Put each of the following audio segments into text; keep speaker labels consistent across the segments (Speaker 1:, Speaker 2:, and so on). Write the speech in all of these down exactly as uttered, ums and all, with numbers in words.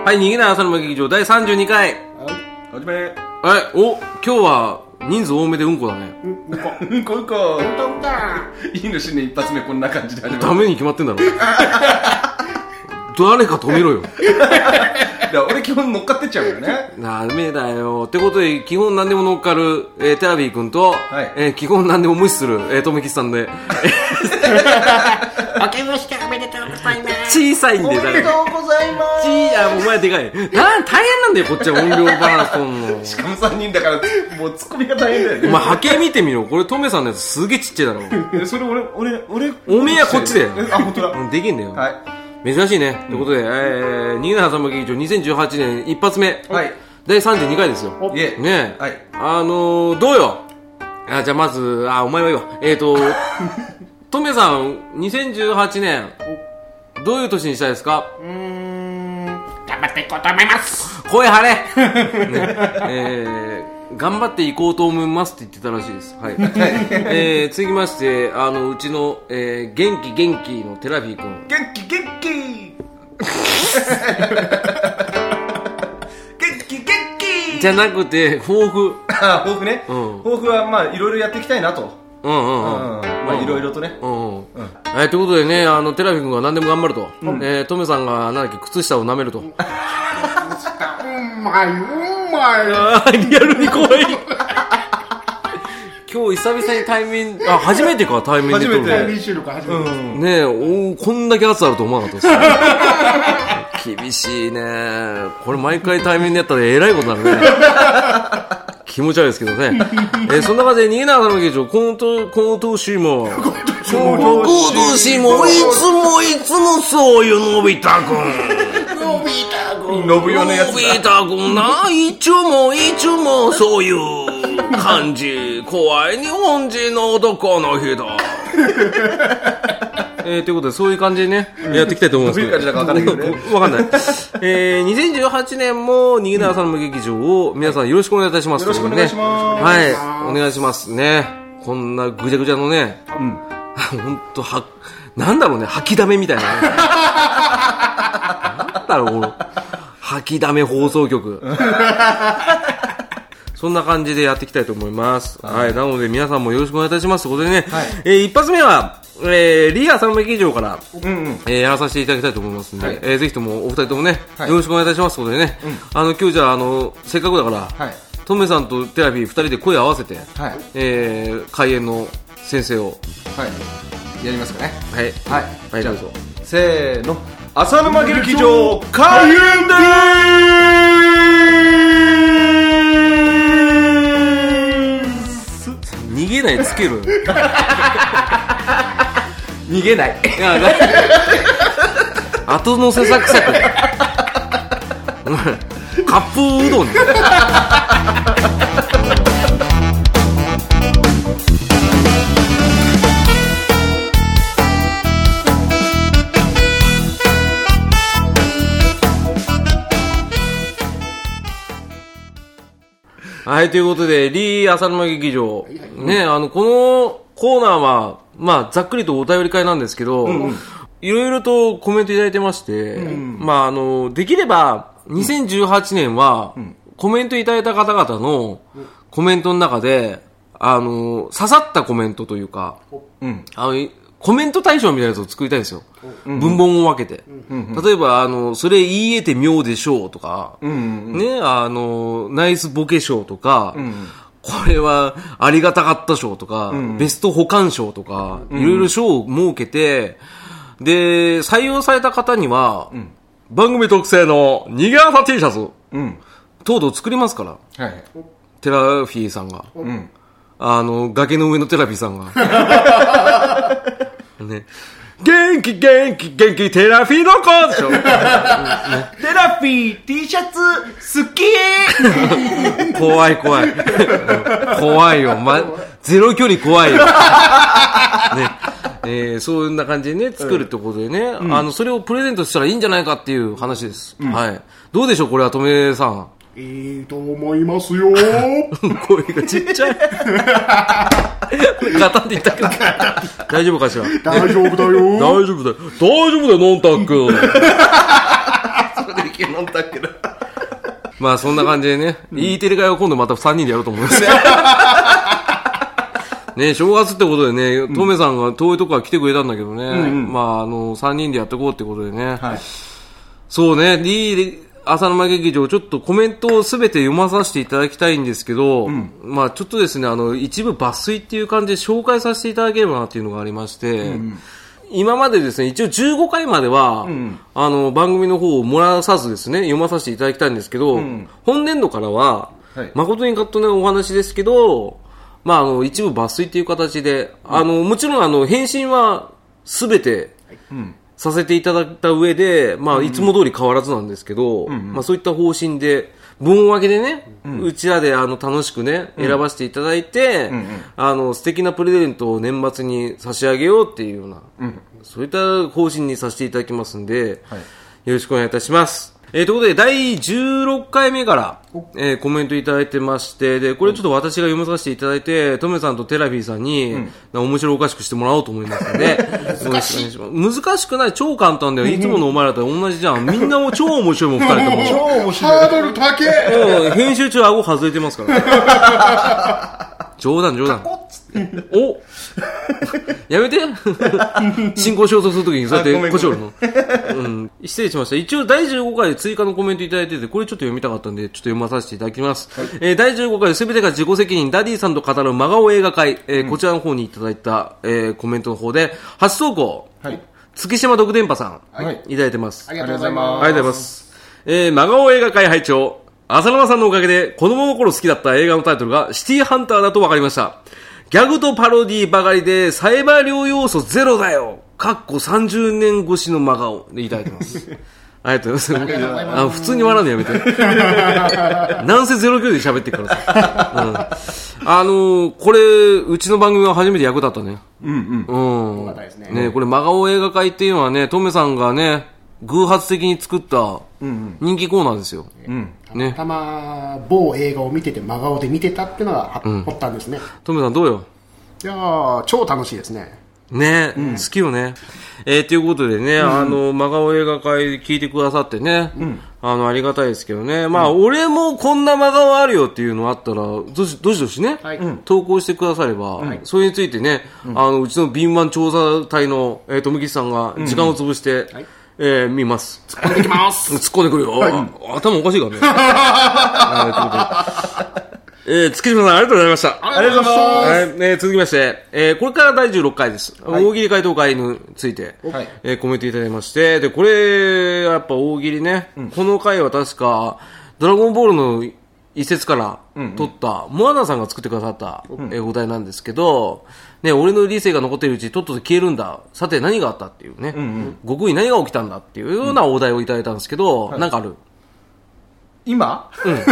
Speaker 1: はい、逃げない朝の劇場だいさんじゅうにかい。
Speaker 2: はじめ。
Speaker 1: はい、お、今日は人数多めでうんこだね。
Speaker 2: うん、うんこ。うんこうんこ。いいの新年一発目こんな感じで始める。
Speaker 1: ダメに決まってんだろ。誰か止めろよ。
Speaker 2: いや俺基本乗っかってっちゃうからね。
Speaker 1: ダメだよ。ってことで基本何でも乗っかる、えー、テラビー君と、
Speaker 2: はい、
Speaker 1: えー、基本何でも無視する、えー、とめきちさんで。
Speaker 3: 明けましておめでとうございます。
Speaker 1: 小さいんで、
Speaker 2: おめでとうございます。
Speaker 1: ちいや、お前でかい。なん、大変なんだよ、こっちは音量バランスとんの。
Speaker 2: しかもさんにんだから、もうツッコミが大変だよね。
Speaker 1: お前波形見てみろ。これトメさんのやつすげえちっちゃいだろ。
Speaker 2: え、それ俺、俺、俺。
Speaker 1: おめえはこっちだよ。
Speaker 2: あ、本当だ。
Speaker 1: できんだよ。
Speaker 2: はい。
Speaker 1: 珍しいね。ということで、えー、逃げない朝の劇場にせんじゅうはちねん一発目。
Speaker 2: はい。
Speaker 1: だいさんじゅうにかいですよ。
Speaker 2: いえ。
Speaker 1: ねえ。
Speaker 2: はい。
Speaker 1: あのー、どうよ。あ、じゃあまず、あ、お前はいいわ。えーと、トメさん、にせんじゅうはちねん、どういう年にしたいですか？
Speaker 3: うーん、頑張っていこうと思います。
Speaker 1: 声張れ、ねえー、頑張っていこうと思いますって言ってたらしいです。はい。えー、続きまして、あの、うちの、えー、元気元気のテラビー君。
Speaker 2: 元気元気元気元気
Speaker 1: じゃなくて、抱負。
Speaker 2: あ、抱負ね。
Speaker 1: うん。
Speaker 2: 抱負は、まあ、いろいろやっていきたいなと。
Speaker 1: うんうんうん。
Speaker 2: まあ、いろいろとね。
Speaker 1: うんうん。はい、ということでね、あの、テラビ君が何でも頑張ると。
Speaker 2: うん、
Speaker 1: えー、トメさんが、なんだっけ、靴下を舐めると。う
Speaker 3: まい、うまい。
Speaker 1: あー、リアルに怖い。今日久々に対面、あ、初めてか、対面で撮るの。
Speaker 2: 初めて。
Speaker 3: 対面収録初めて。うん、
Speaker 1: ねえ、おこんだけ圧あると思わなかったです。厳しいね。これ毎回対面でやったらえらいことになるね。気持ち悪いですけどね。えー、そんな感じで逃げない朝の劇場、今年、今年も、今年も、いつもいつもそういうのび太くん。
Speaker 3: のび太くん。
Speaker 2: のぶよのやつだ。
Speaker 1: のび太くんな、いつもいつもそういう感じ。怖い日本人の男の人。えー、ということで、そういう感じでね、やっていきたいと思います。
Speaker 2: どういう感じだかわかんないけどね。
Speaker 1: わかんない。えー、にせんじゅうはちねんも、逃げない朝の劇場を、皆さんよろしくお願いいたします。
Speaker 2: よろしくお願いします。
Speaker 1: はい、お願いしますね。こんなぐちゃぐちゃのね、
Speaker 2: うん。
Speaker 1: ほんと、は、なんだろうね、吐きだめみたいなね。なんだろう、この、吐きだめ放送局。そんな感じでやっていきたいと思います。はい。はい、なので皆さんもよろしくお願いいたします。ということでね、はい、えー、一発目は、えー、リアさんの劇場から、うんうん、えー、やらさせていただきたいと思いますので、はい、えー、ぜひともお二人ともね、はい、よろしくお願いいたします。ということでね、うん、あの、今日じゃあ、あの、せっかくだから、はい、トメさんとテラビー二人で声を合わせて、はい、えー、開演の先生を、
Speaker 2: はい、やりますかね。
Speaker 1: はい。
Speaker 2: はい。
Speaker 1: はい、どうぞ。
Speaker 2: せーの。浅沼劇場、開演でーす。
Speaker 1: 逃げないつける。
Speaker 2: 逃げない。いや、
Speaker 1: 後乗せサクサク。カップうどん。はい、ということで、リー浅沼劇場。はいはい、ね、あの、このコーナーは、まあ、ざっくりとお便り会なんですけど、うんうん、いろいろとコメントいただいてまして、うん、まあ、あの、できれば、にせんじゅうはちねんは、うん、コメントいただいた方々のコメントの中で、あの、刺さったコメントというか、うん、あの、コメント対象みたいなやつを作りたいんですよ。うん、文言を分けて。うんうん、例えば、あの、それ言い得て妙でしょうとか、うんうんうん、ね、あの、ナイスボケ賞とか、うんうん、これはありがたかった賞とか、うん、ベスト保管賞とか、いろいろ賞を設けて、で、採用された方には、うん、番組特製の逃げ朝 T シャツ、うん、等々作りますから、はい、テラフィーさんが、うん、あの、崖の上のテラフィーさんが、ね、元気元気元気テラフィーの子でしょ、ね、テ
Speaker 2: ラフィー T シャツ好き
Speaker 1: 怖い怖い怖いよ、ま、ゼロ距離怖いよ、ね、えー、そんな感じでね作るってことでね、うん、あのそれをプレゼントしたらいいんじゃないかっていう話です、うん、はい。どうでしょうこれはとめさん。
Speaker 3: いいと思いますよ
Speaker 1: 声がちっちゃいガタンって言ったけど大丈夫かしら。
Speaker 3: 大丈夫だよ
Speaker 1: 大丈夫だよ大丈夫だよノンタックそれでいき
Speaker 2: 息飲んだっけど。
Speaker 1: まあそんな感じでね、うん、E テレ会を今度またさんにんでやろうと思いますね。ね、正月ってことでね、トメさんが遠いとこから来てくれたんだけどね、うんうん、まああの、さんにんでやっていこうってことでね。はい、そうね、D、浅沼劇場、ちょっとコメントをすべて読まさせていただきたいんですけど、うん、まあちょっとですね、あの、一部抜粋っていう感じで紹介させていただければなっていうのがありまして、うん、今までですね、一応じゅうごかいまでは、うん、あの、番組の方を漏らさずですね、読まさせていただきたいんですけど、うん、本年度からは、はい、誠にカットのお話ですけど、まああの、一部抜粋っていう形で、うん、あの、もちろんあの、返信はすべて、うんさせていただいた上で、まあ、いつも通り変わらずなんですけど、うんうん、まあ、そういった方針で、分分けでね、うん、うちらであの楽しくね、選ばせていただいて、うんうん、あの、素敵なプレゼントを年末に差し上げようっていうような、うん、そういった方針にさせていただきますんで、はい、よろしくお願いいたします。えー、ということで、だいじゅうろっかいめから、えー、コメントいただいてまして、で、これちょっと私が読まさせていただいて、トメさんとテラフィーさんに、うん、面白おかしくしてもらおうと思いますので、難しい。難しくない、超簡単だよ。いつものお前らと同じじゃん。みんなも超面白いもん、二人とも。
Speaker 3: 超面白い。ハードル高
Speaker 1: え。編集中顎外れてますから。冗談、冗談。おやめて進行しようとするときにそうやって腰折るの、うん、失礼しました。一応だいじゅうごかいで追加のコメントいただいてて、これちょっと読みたかったんでちょっと読まさせていただきます、はい。えー、だいじゅうごかいで全てが自己責任ダディさんと語る真顔映画会、えーうん、こちらの方にいただいた、えー、コメントの方で初投稿、はい、月島独電波さん、はい、いただいてます。
Speaker 3: ありがとうございます。
Speaker 1: ありがとうございます。えー、真顔映画会拝聴、浅沼さんのおかげで子供の頃好きだった映画のタイトルがシティハンターだと分かりました。ギャグとパロディばかりでサイバー量要素ゼロだよ。かっこさんじゅうねん越しの真顔でいただいてます。ありがとうございます。あの普通に笑うのやめて。なんせゼロキロで喋ってるからさ。うん、あのー、これうちの番組は初めて役立ったね。うんうん。うん。ね、これ真顔映画会っていうのはね、トメさんがね偶発的に作った人気コーナーですよ。うん。ね、
Speaker 3: たま某映画を見てて真顔で見てたっていうのが発端ですね。
Speaker 1: トメさんどうよ。
Speaker 3: いやー超楽しいですね。
Speaker 1: ね、うん、好きよね。えー、ということでね、うん、あの真顔映画会聞いてくださってね、うん、あのありがたいですけどね。まあ、うん、俺もこんな真顔あるよっていうのあったらどしどしどしね、はい、投稿してくだされば、はい、それについてね、うん、あのうちの敏腕調査隊のえー、とむきさんが時間を潰して。うんはい、えー、見ます。
Speaker 3: 突っ込んできます。
Speaker 1: 突っ込んでくるよ。はい、頭おかしいからね。えー、月島さんありがとうございました。
Speaker 3: ありがとうございます。
Speaker 1: はい、えー、続きまして、えー、これからだいじゅうろっかいです。はい、大喜利回答会について、はい、えー、コメントいただきまして、で、これ、やっぱ大喜利ね、うん、この回は確か、ドラゴンボールの一節から取った、うんうん、モアナさんが作ってくださった、うん、えー、お題なんですけど、ね、俺の理性が残っているうちとっとと消えるんだ。さて何があったっていうね、うんうん、悟空に何が起きたんだっていうようなお題をいただいたんですけど、うん、なんかある？
Speaker 2: 今？
Speaker 1: うん。うん、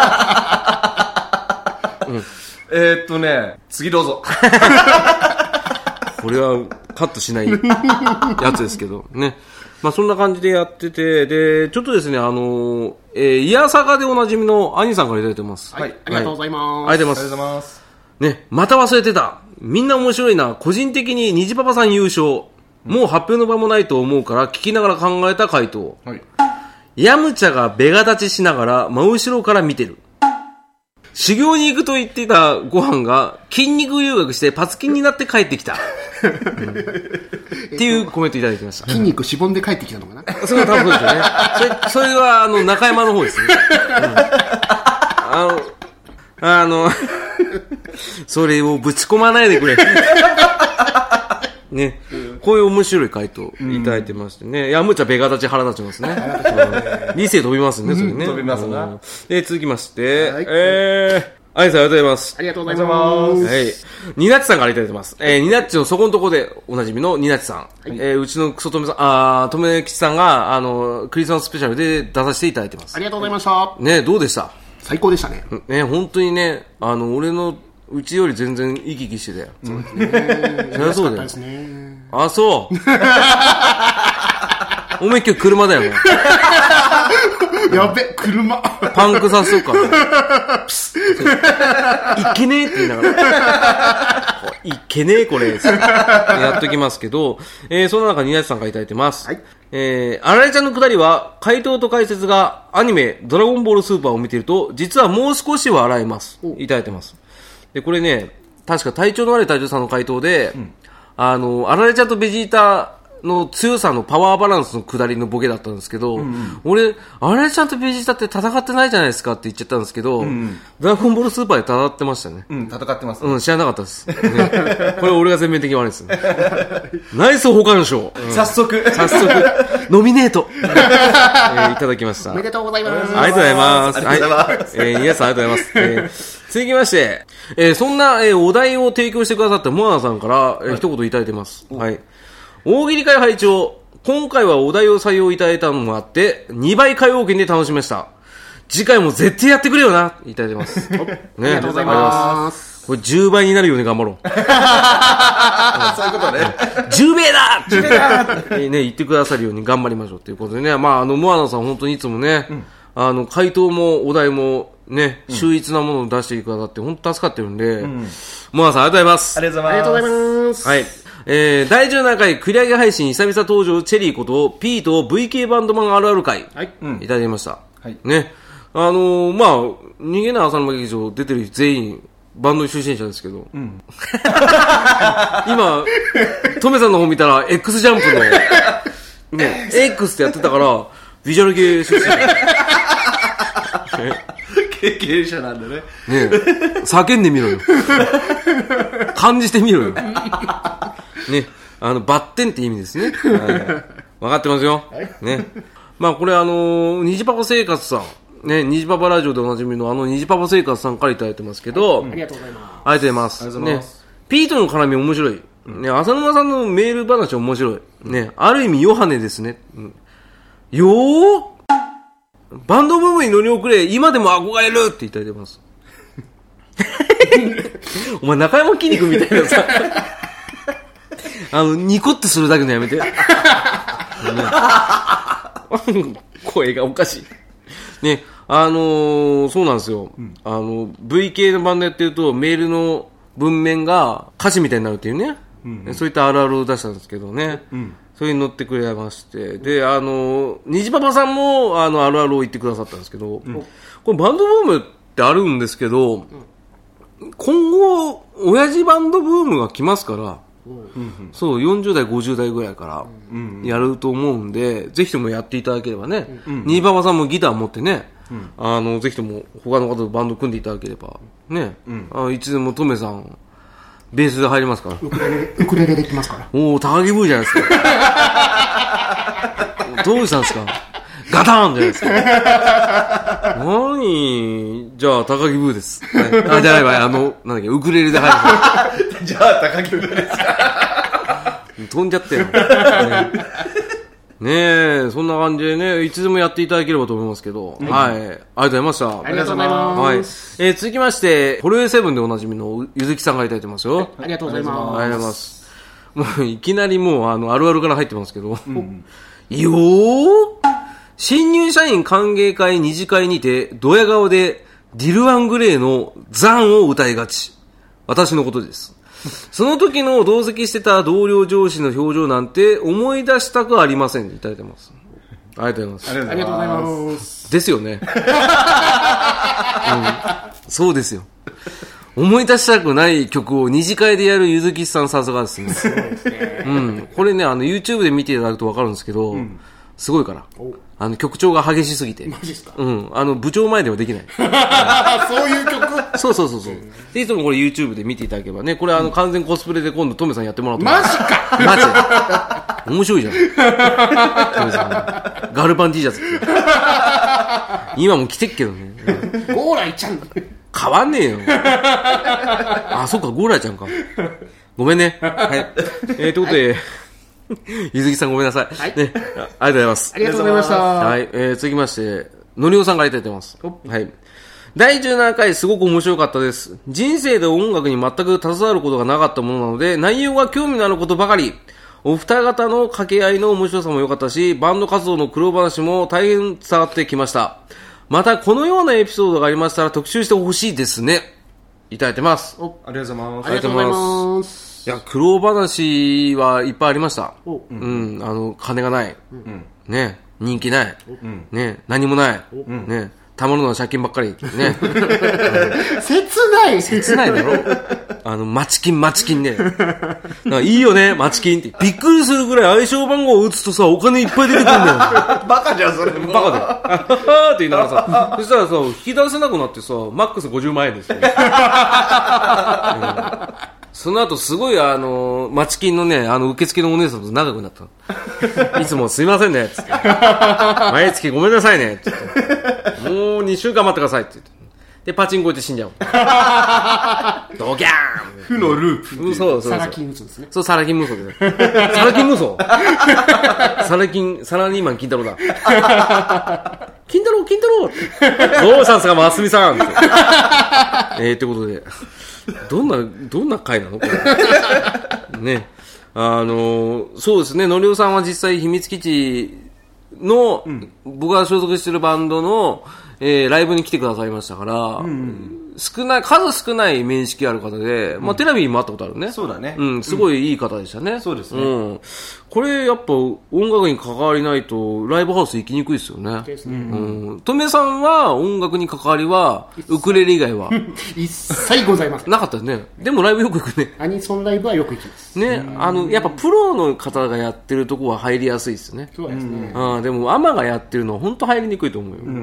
Speaker 2: えーっとね、次どうぞ。
Speaker 1: これはカットしないやつですけどね。まあそんな感じでやってて、で、ちょっとですね、あの、えー、イヤサガでおなじみの兄さんからいただいてます。
Speaker 3: はい。ありがとうございます。
Speaker 1: はい、ありがとうございます。ね、また忘れてた。みんな面白いな。個人的に虹パパさん優勝。もう発表の場もないと思うから聞きながら考えた回答。はい。ヤムチャがベガ立ちしながら真後ろから見てる。修行に行くと言っていたご飯が筋肉留学してパツキンになって帰ってきた。うん、っていうコメントいただきました。
Speaker 3: 筋肉しぼんで帰ってきたのかな。
Speaker 1: それは多分そうですよね。それ、それはあの中山の方ですね。うん、あの、あの、それをぶち込まないでくれ。ね、こういう面白い回答いただいてましてね。いや、むちゃベガ立ち腹立ちますね。理性飛びますね、それね。
Speaker 2: 飛びますな。
Speaker 1: で、続きまして、はい、えー、あいさんありがとうございます。
Speaker 3: ありがとうございます。
Speaker 1: はい。ニナッチさんからいただいてます。えー、ニナッチのそこのとこでおなじみのニナッチさん。はい、えー、うちのクソトメさん、あー、トメキチさんが、あの、クリスマススペシャルで出させていただいてます。
Speaker 3: ありがとうございました。
Speaker 1: ね、どうでした？
Speaker 3: 最高でしたね。
Speaker 1: ね、本当にね、あの、俺の、うちより全然生き生きしてたよ。そうですね。そりゃそうだよ。あ、そう。おめえ今日車だよね。
Speaker 3: やべ、車。
Speaker 1: パンクさせとくから。いけねえって言いながら。いけねえこれ。やっときますけど、えー、その中に稲地さんからいただいてます。はい。えー、あられちゃんのくだりは、回答と解説がアニメ、ドラゴンボールスーパーを見ていると、実はもう少しは洗えます。いただいてます。で、これね、確か体調の悪い隊長さんの回答で、うん、あの、あられちゃんとベジータの強さのパワーバランスの下りのボケだったんですけど、うんうん、俺、あられちゃんとベジータって戦ってないじゃないですかって言っちゃったんですけど、うんうん、ドラゴンボールスーパーで戦ってましたね。
Speaker 2: うん、戦ってます、
Speaker 1: ね。うん、知らなかったです。ね、これ俺が全面的に悪いです。ナイス保管賞、
Speaker 2: うん。早速。
Speaker 1: 早速、ノミネート、えー、いただきました。
Speaker 3: おめでとうございます。
Speaker 1: ありがとうございます。
Speaker 2: ありがとうございます。
Speaker 1: はい、えー、皆さんありがとうございます。えー続きまして、えー、そんな、えー、お題を提供してくださったモアナさんから、えーはい、一言いただいてます。はい。大喜利会拝聴、今回はお題を採用いただいたのもあって、にばい会話券で楽しみました。次回も絶対やってくれよな、いただいてます。ね、
Speaker 3: ありがとうございます。
Speaker 1: これじゅうばいになるように頑張ろう。
Speaker 2: そういうことね。
Speaker 1: じゅうべいだ !じゅうべいだね、言ってくださるように頑張りましょうということでね、まあ、あの、モアナさん本当にいつもね、うん、あの、回答もお題も、ね、秀逸なものを出してくださって本当助かってるんで、うん、モアナさんありがとうございます。
Speaker 2: ありがとうございます。
Speaker 3: ありがとうございます。
Speaker 1: はい。えー、だいじゅうななかい繰り上げ配信久々登場チェリーことピート ブイケー バンドマンあるある会、はい、うん、いただきました。はい。ね。あのー、まあ、逃げない朝の劇場出てる人全員、バンド出身者ですけど、うん、今、トメさんの方見たら X ジャンプの、ね、X ってやってたから、ビジュアル系出身者。
Speaker 2: 経験者なんだね。
Speaker 1: ねえ、叫んでみろよ。感じてみろよ。ね、あの、バッテンって意味ですね。はい、分かってますよ。ね。まあこれあのー、虹パパ生活さん、ね、虹パパラジオでおなじみのあの虹パパ生活さんからいただいてますけど、
Speaker 3: はい、ありがとうございます。
Speaker 1: ありがとうございます。ありがとうございます。ね、ピートの絡み面白い。ね、浅沼さんのメール話面白い。ね、ある意味ヨハネですね。うん、よーバンドブームに乗り遅れ、今でも憧れるっていただいてます。お前中山筋肉みたいなさ、あの、ニコってするだけのやめて。声がおかしい。ね、あのー、そうなんですよ。うん、あの、ブイ 系のバンドやってると、メールの文面が歌詞みたいになるっていうね。うんうん、そういったあるあるを出したんですけどね。うん、それに乗ってくれまして。で、あの、虹パパさんも、あの、あるあるを言ってくださったんですけど、うん、これバンドブームってあるんですけど、うん、今後、親父バンドブームが来ますから、うん、そう、よんじゅうだい、ごじゅうだいぐらいからやると思うんで、うん、ぜひともやっていただければね、うん、虹パパさんもギター持ってね、うん、あの、ぜひとも他の方とバンド組んでいただければ、ね、うん、あいつでもトメさん、ベースで入りますから。
Speaker 3: ウクレレ、ウクレレできますから。
Speaker 1: おお、高木ブーじゃないですか。どうしたんですかガターンじゃないですか。何じゃあ、高木ブーです。はい、あ、じゃないわ、あの、なんだっけ、ウクレレで入
Speaker 2: る。じゃあ、高木ブーですか。
Speaker 1: 飛んじゃったよ。ねねえ、そんな感じでね、いつでもやっていただければと思いますけど、うん、はい。ありがとうございました。
Speaker 3: ありがとうございます。はい。
Speaker 1: えー、続きまして、ホロエーセブンでおなじみのゆずきさんがいただいてますよ。
Speaker 3: ありがとうございます。
Speaker 1: ありがとうございます。もう、いきなりもう、あの、あるあるから入ってますけど、うん、よー新入社員歓迎会二次会にて、ドヤ顔で、ディル・ワン・グレイのザンを歌いがち。私のことです。その時の同席してた同僚上司の表情なんて思い出したくありません。いただいてます。ありがとうございます。
Speaker 3: ありがとうございます。
Speaker 1: ですよね、うん。そうですよ。思い出したくない曲を二次会でやるゆずきさんさすがですね。
Speaker 3: そうですね。
Speaker 1: うん。これね、あの YouTube で見ていただくとわかるんですけど、うん、すごいから。あの曲調が激しすぎて。
Speaker 3: マジですか？
Speaker 1: うん。あの部長前ではできない。
Speaker 3: そういう曲？
Speaker 1: そうそうそうそう。で、いつもこれ YouTube で見ていただければね、これあの完全コスプレで今度トメさんやってもらうと。
Speaker 3: マジか？
Speaker 1: マジで。面白いじゃん。トメさん。ガルパン T シャツ。今も着てっけどね。
Speaker 3: ゴーライちゃん。
Speaker 1: 変わんねえよ。あ、そっか、ゴーライちゃんか。ごめんね。はい。えー、ということで、はいゆずきさんごめんなさい。はい。ね。ありがとうございます。
Speaker 3: ありがとうございました。
Speaker 1: はい。えー、続きまして、のりおさんからいただいてます。はい。だいじゅうななかいすごく面白かったです。人生で音楽に全く携わることがなかったものなので、内容が興味のあることばかり。 お二方の掛け合いの面白さも良かったし、バンド活動の苦労話も大変伝わってきました。またこのようなエピソードがありましたら特集してほしいですね。いただいてます。
Speaker 2: お、ありがとうございます。
Speaker 3: ありがとうございます。
Speaker 1: いや、苦労話はいっぱいありました。
Speaker 3: お、
Speaker 1: うん、あの、金がない。
Speaker 2: うん、
Speaker 1: ね、人気ない。
Speaker 2: うん、
Speaker 1: ね、何もない。
Speaker 2: うん、
Speaker 1: ね、たまるのは借金ばっかり。ね。
Speaker 3: 切ない
Speaker 1: 切ないだろあの、マチキン、マチキンね。なんかいいよね、マチキンって。びっくりするぐらい相性番号を打つとさ、お金いっぱい出てくるんだよ。
Speaker 2: バカじゃん、それも。
Speaker 1: バカだよ。あははって言いながらさ、そしたらさ、引き出せなくなってさ、マックスごじゅうまんえんですよ。うん、その後すごいあの、マチキンのね、あの、受付のお姉さんと仲良くなった。いつもすいませんね、つって。毎月ごめんなさいね、つって。もうにしゅうかん待ってください、って言って。で、パチンコ行って死んじゃう。ドギャーン
Speaker 2: 負のループ。
Speaker 1: うん、そうそうそう。
Speaker 3: サラ金無双ですね。
Speaker 1: そう、サラ金無双ですね。サラ金無双サラ金、サラリーマン金太郎だ。金太郎、金太郎どうしたんすか、ますみさんって。えー、ってことで、どんな、どんな回なのこれ。ね。あのー、そうですね、のりおさんは実際秘密基地の、うん、僕が所属してるバンドの、えー、ライブに来てくださいましたから、うん、少ない、数少ない面識ある方で、うん、まあテレビにも会ったことあるね。
Speaker 2: そうだね。
Speaker 1: うん、すごいいい方でしたね。
Speaker 2: うん、そうですね。
Speaker 1: うん。これやっぱ音楽に関わりないとライブハウス行きにくいですよね。ですね。うん。とめさんは音楽に関わりは、ウクレレ以外は
Speaker 3: 一切ございません。
Speaker 1: なかったですね。でもライブよく行くね。
Speaker 3: アニソンライブはよく行きます。
Speaker 1: ね。あの、やっぱプロの方がやってるとこは入りやすいですね。
Speaker 3: そうですね。
Speaker 1: ああ、でもアマがやってるのは本当入りにくいと思うよ。うん。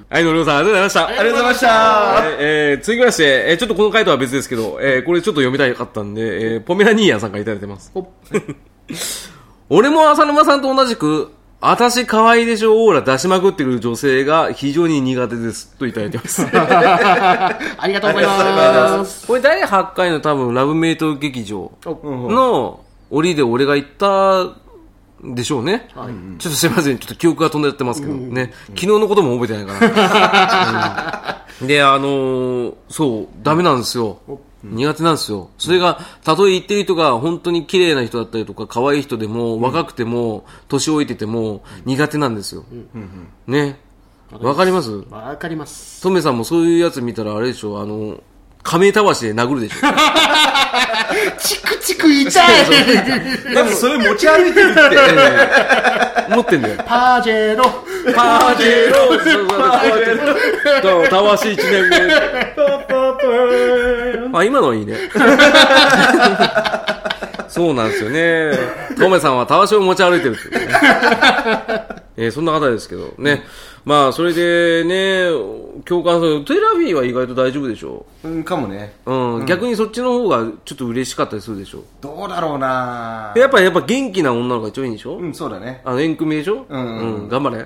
Speaker 1: はい、のりおさんありがとうございました。
Speaker 2: ありがとうございました。
Speaker 1: えー、続きまして、えー、ちょっとこの回とは別ですけど、えー、これちょっと読みたかったんで、えー、ポメラニーヤさんからいただいてます。俺も浅沼さんと同じく、あたし可愛いでしょオーラ出しまくってくる女性が非常に苦手ですといただいてます。
Speaker 3: ありがとうございます。
Speaker 1: これだいはちかいの多分ラブメイト劇場の折で俺が言ったでしょうね、はい、ちょっとすいません、ちょっと記憶が飛んでやってますけどね、うん、昨日のことも覚えてないから、うん、であのー、そうダメなんですよ、苦手なんですよ。それがたとえ言ってる人が本当に綺麗な人だったりとか可愛い人でも、うん、若くても年老いてても苦手なんですよ、うん、ね、わかります？
Speaker 3: わかります。
Speaker 1: トメさんもそういうやつ見たらあれでしょ、あの亀たわしで殴るでしょ。
Speaker 3: チクチク痛い。
Speaker 2: でもそれ持ち歩いてるって、
Speaker 1: えー、持ってんだよ。
Speaker 3: パージェロ
Speaker 1: パージェロそうそうパージェロたわしいちねんめあ、今のはいいね。そうなんですよね。トメさんはたわしを持ち歩いてるっていう、ね、えー、そんな方ですけどね、うん、まあそれでね共感するテラフィーは意外と大丈夫でしょ
Speaker 2: う、うん、かもね、
Speaker 1: うん、うん、逆にそっちの方がちょっと嬉しかったりするでしょ。
Speaker 2: どうだろうな。
Speaker 1: やっぱやっぱ元気な女の子が一番いいんでしょ。
Speaker 2: うん、そうだね。
Speaker 1: あの縁組でしょ。
Speaker 2: うん、うん、
Speaker 1: うん、頑張れ。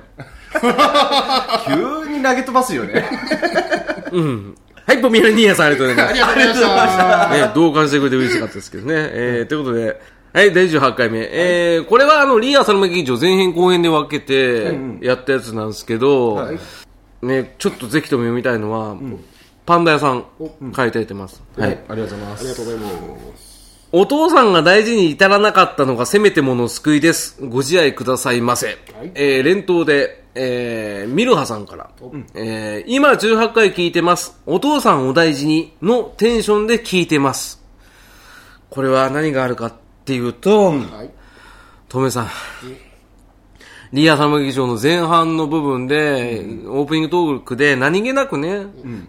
Speaker 2: 急に投げ飛ばすよね。
Speaker 1: うん。はい、ポミラニーヤさんありがとうございます。
Speaker 3: ありがとうございました。
Speaker 1: ね、同感してくれて嬉しかったですけどね。えー、ということで、はい、だいじゅうはちかいめ。えー、これはあの、リー・アサルマ劇場前編後編で分けてやったやつなんですけど、はい、ね、ちょっとぜひとも読みたいのは、うん、パンダ屋さん書いていただいてます。
Speaker 2: はい、ありがとうございます。
Speaker 3: ありがとうございます。
Speaker 1: お父さんが大事に至らなかったのがせめてもの救いです。ご自愛くださいませ。はい、えー、連投で、えー、ミルハさんから、うん、えー、今じゅうはちかい聞いてます。お父さんお大事にのテンションで聞いてます。これは何があるかっていうと、うん、トメさん、うん、リーアサム劇場の前半の部分で、うん、オープニングトークで何気なくね、うん、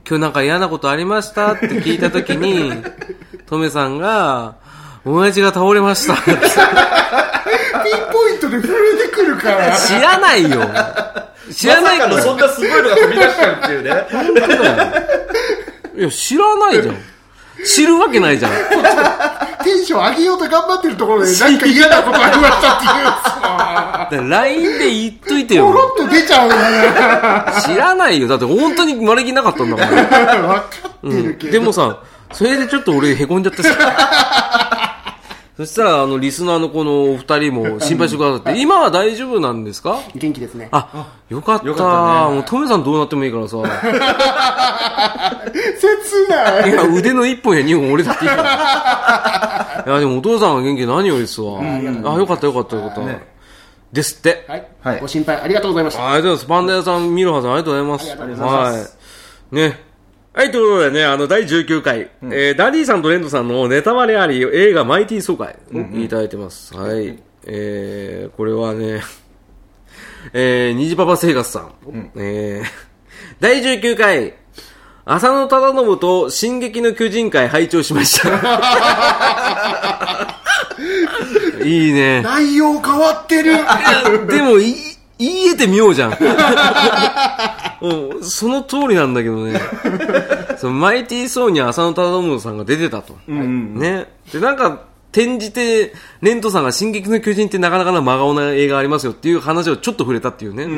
Speaker 1: 今日なんか嫌なことありましたって聞いたときに、トメさんが、親父が倒れました。ピン
Speaker 3: ポイントで震えてくるから。
Speaker 1: 知らないよ。知らないから。
Speaker 2: まさかのそんなすごいのが飛び出しちゃうっていうね。
Speaker 1: いや、知らないじゃん。知るわけないじゃん。
Speaker 3: テンション上げようと頑張ってるところでなんか嫌なことありましたっていうやつ。
Speaker 1: ライン で言っといてよ。
Speaker 3: ポロッと出ちゃうよ。
Speaker 1: 知らないよ。だって本当に生まれきなかったんだから。
Speaker 3: 分かってるけど、
Speaker 1: うん。でもさ、それでちょっと俺へこんじゃってさ。 そしたら、あの、リスナーのこのお二人も心配してくださって、今は大丈夫なんですか？
Speaker 3: 元気ですね。
Speaker 1: あ、よかった。
Speaker 2: よかったね。
Speaker 1: もう、トメさんどうなってもいいからさ。
Speaker 3: 切ない。
Speaker 1: いや、腕の一本や二本折れたっていいから。いや、でもお父さんが元気で何よりですわ。あ、よかったよかったよかった。ね、ですって。
Speaker 3: はい。はい。ご心配ありがとうございました。
Speaker 1: ありがとうございます。パンダ屋さん、ミロハさんありがとうございます。
Speaker 3: ありがとうございます。
Speaker 1: はい。ね。はい、ということでね、あの、だいじゅうきゅうかい、うん、えー、ダディさんとレントさんのネタバレあり映画マイティー総会をいただいてます。うんうん、はい。えー、これはね、えー、虹パパ生活さん。うん、えー、だいじゅうきゅうかい、浅野忠信と進撃の巨人会拝聴しました。いいね。
Speaker 3: 内容変わってる。
Speaker 1: でも、い、言えてみようじゃん。うん、その通りなんだけどね。そのマイティーソーに浅野忠信さんが出てたと。うんうん、ね。で、なんか、転じて、レントさんが進撃の巨人ってなかなかな真顔な映画ありますよっていう話をちょっと触れたっていうね。うん、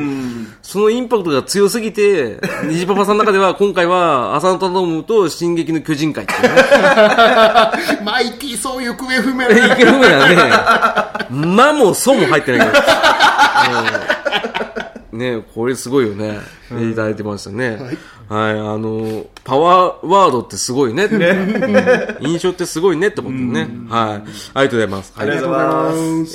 Speaker 1: そのインパクトが強すぎて、虹パパさんの中では今回は浅野忠信と進撃の巨人会っていうね。
Speaker 3: マイティーソー行方不明だね。
Speaker 1: 行方不明だね。まもそも入ってないけど。ね、これすごいよね。うん、いただいてましたね。はい。はい、あの、パワーワードってすごいね。ねうん、印象ってすごいねってことね。はい。ありがとうございます。
Speaker 3: ありがとうございます。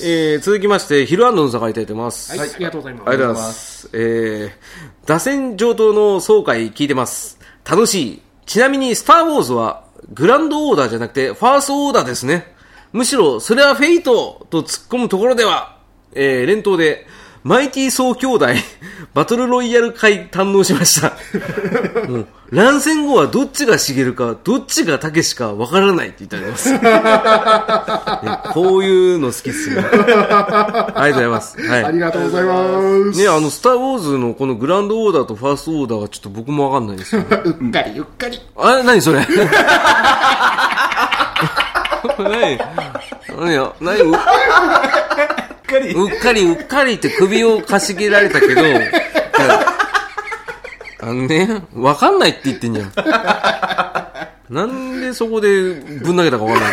Speaker 1: えー、続きまして、ヒルアンドのさんがいただいてます。
Speaker 3: はい。ありがとうございます。
Speaker 1: ありがとうございます。えー、打線上等の総会聞いてます。楽しい。ちなみに、スターウォーズは、グランドオーダーじゃなくて、ファーストオーダーですね。むしろ、それはフェイトと突っ込むところでは、えー、連投で、マイティーソー兄弟バトルロイヤル会堪能しました。もう乱戦後はどっちが茂かどっちがたけしかわからないって言ってあります、ね。こういうの好きっすね。ありがとうございます。はい。
Speaker 3: ありがとうございます。
Speaker 1: ね、あのスターウォーズのこのグランドオーダーとファーストオーダーがちょっと僕もわかんないですよ、ね。
Speaker 3: うっかりうっかり。
Speaker 1: あれ何それ？何？何や何？うっかりうっかりうっかりって首をかしげられたけど、あのね、わかんないって言ってんじゃん。なんでそこでぶん投げたかわかんない。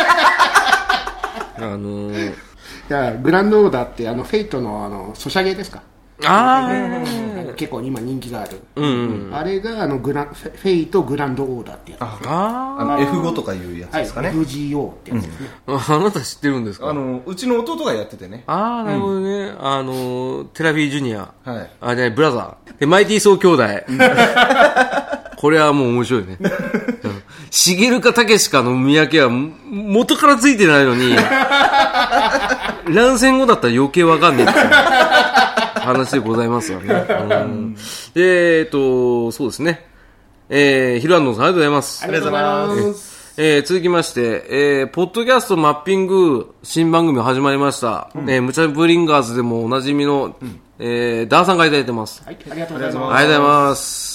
Speaker 1: あのー、
Speaker 3: いやグランドオーダーってあのフェイトのあのソシャゲですか。
Speaker 1: ああ、
Speaker 3: 結構今人気がある、
Speaker 1: うんうん、
Speaker 3: あれがあのグラフェイトグランドオーダーってやつ。
Speaker 2: ああ、あの エフご とかいうやつですかね、
Speaker 3: はい、エフジーオー ってやつですね、
Speaker 1: うん、あなた知ってるんですか。
Speaker 2: あのうちの弟がやっててね。
Speaker 1: ああなるほどね、うん、あのテラフィージュニア、
Speaker 2: はい、
Speaker 1: あじゃあブラザーでマイティーソー兄弟、うん、これはもう面白いね。しげるかたけしかの見分けは元からついてないのに乱戦後だったら余計わかんねえって話でございますよね。うん、で、えっと、そうですね。えー、ヒルアンドンさんありがとうございます。
Speaker 3: ありがとうございます。
Speaker 1: えー、続きまして、えー、ポッドキャストマッピング新番組始まりました。うん、えー、ムチャブリンガーズでもおなじみの、うん、えー、ダーさんがいただいてます。
Speaker 3: はい、ありがとうございます。
Speaker 1: ありがとうございます。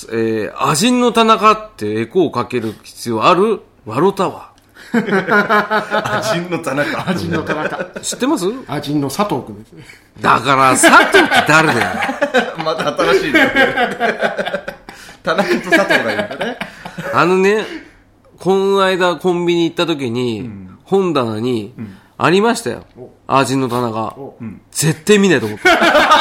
Speaker 1: えー、アジンの田中ってエコーをかける必要ある？ワロタワ。
Speaker 2: アジンの田中。
Speaker 3: アジンの田中。
Speaker 1: 知ってます？
Speaker 3: アジンの佐藤くんですね。
Speaker 1: だから佐藤って誰だよ。
Speaker 2: また新しいね。田中と佐藤がいるんだね。
Speaker 1: あのね、この間コンビニ行った時に、うん、本棚に、うん、ありましたよ。アジンの田中。うん、絶対見ないと思った。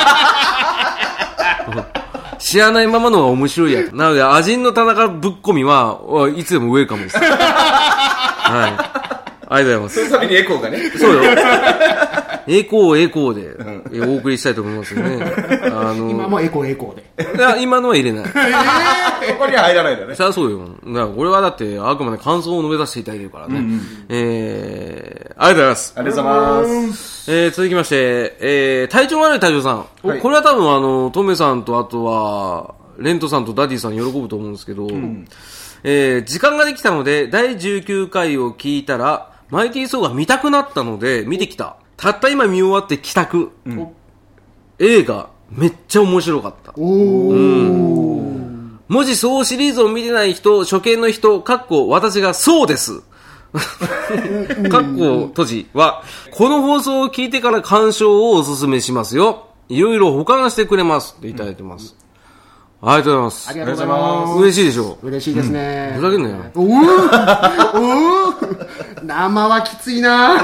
Speaker 1: 知らないままのが面白いやつ。なので、アジンの田中ぶっ込みはいつでもウェルカムです。はい。ありがとうございます。
Speaker 2: その度にエコーがね。
Speaker 1: そうよ。エコーエコーで、うん、お送りしたいと思いますよね。
Speaker 3: あのー、今もエコーエコーで。
Speaker 1: いや、今のは入れない。
Speaker 2: えー、ここには入らないんだね。
Speaker 1: そりゃそうよ。だからこれはだって、あくまで感想を述べさせていただいてるからね。うんうん、えー、ありがとうございます。
Speaker 2: ありがとうございます。
Speaker 1: えー、続きまして、えー、体調悪い隊長さん。はい、これは多分あの、トメさんとあとは、レントさんとダディさん喜ぶと思うんですけど、うん、えー、時間ができたので、だいじゅうきゅうかいを聞いたら、マイティーソーが見たくなったので、見てきた。たった今見終わって帰宅。うん、映画、めっちゃ面白かった。
Speaker 3: おー。うん、
Speaker 1: もしそうシリーズを見てない人、初見の人、かっこ私がそうです。かっこ閉じは、この放送を聞いてから鑑賞をおすすめしますよ。いろいろ保管してくれますっていただいてます。うん、ありがとうございます。
Speaker 3: ありがとうございます。
Speaker 1: 嬉しいでしょ。
Speaker 3: 嬉しいですね。
Speaker 1: ふざけんなよ。
Speaker 3: おーおー生はきついな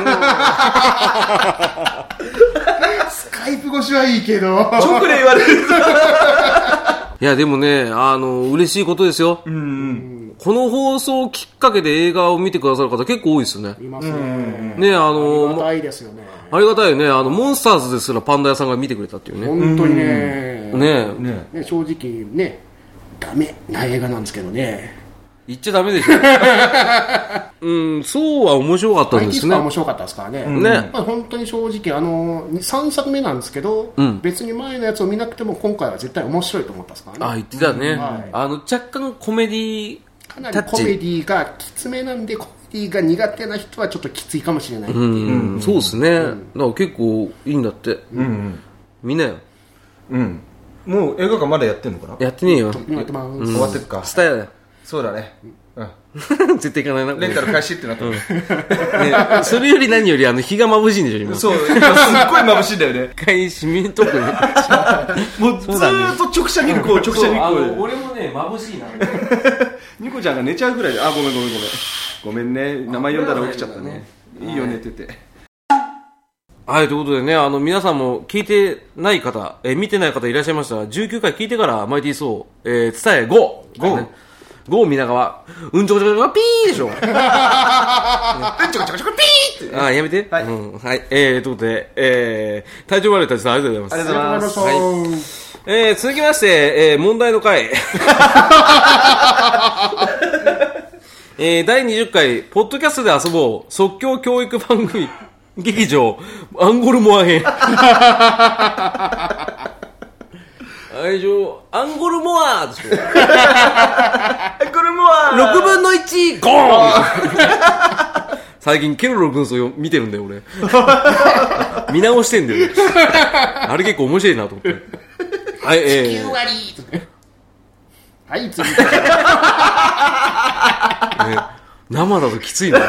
Speaker 3: スカイプ越しはいいけど
Speaker 2: 直で言われる
Speaker 1: いやでもね、あの嬉しいことですよ。うん、この放送きっかけで映画を見てくださる方結構多いですよね。
Speaker 3: いますね。
Speaker 1: ね、あの
Speaker 3: ありがたいですよね。
Speaker 1: ありがたいよね。あのモンスターズですらパンダ屋さんが見てくれたっていうね。
Speaker 3: 本当にね。
Speaker 1: ね,
Speaker 3: ね, ね正直ねダメな映画なんですけどね。
Speaker 1: 言っちゃダメでしょ。うん、そうは面白かったんですね。
Speaker 3: 面白かったですからね。
Speaker 1: ね、
Speaker 3: まあ、本当に正直あのさんさくめなんですけど、うん、別に前のやつを見なくても今回は絶対面白いと思ったんですからね。
Speaker 1: あ、言ってたね。
Speaker 3: はい、
Speaker 1: あの若干コメディ
Speaker 3: かなりコメディがきつめなんでコメディが苦手な人はちょっときついかもしれないっていう。
Speaker 1: うんうん、そうですね。うん、だから結構いいんだって。うんうん、みんなよ。
Speaker 2: うん。もう映画館まだやってんのかな？
Speaker 1: やってねえよ。
Speaker 3: やってます。
Speaker 2: うん、終わってるか。
Speaker 1: スタヤだよ。
Speaker 2: そうだね。
Speaker 1: うん絶対行かないな。
Speaker 2: レンタル開始ってなった、うんね、
Speaker 1: それより何よりあの日が眩しいんでしょ今。
Speaker 2: そう、すっごい眩しいんだよね。
Speaker 1: 開始見んとくね。
Speaker 2: もうずーっと直射日光、直射日光で。
Speaker 1: 俺もね眩しいな。
Speaker 2: ニコちゃんが寝ちゃうぐらいで、あ、ごめんごめんごめん。ごめんね、名前読んだら起きちゃったね。いいよ寝てて。
Speaker 1: はい、ということでね、あの皆さんも聞いてない方、えー、見てない方いらっしゃいましたら、じゅうきゅうかい聞いてからマイティーソー、えー、伝えご、ご、ね、ご皆川、うんちょこちょこちょこピーでしょ。うんちょこちょこちょこピーって。あ、やめて。はい。うん、はい。えー、ということで、えー、体調悪いたちさんありがとうございます。
Speaker 2: ありがとうございます。
Speaker 1: はい。えー、続きまして、えー、問題の回。えー、だいにじゅっかい、ポッドキャストで遊ぼう、即興教育番組、劇場、アンゴルモア編。あれでしょ、アンゴルモアでしょ。
Speaker 2: アンゴルモア
Speaker 1: ろくぶんのいち、ゴーン最近ケロロ軍曹見てるんだよ俺。見直してんだよ。あれ結構面白いなと思って。はい、えー、
Speaker 3: きゅうわりはい次。
Speaker 1: ね、生だときついな、うん、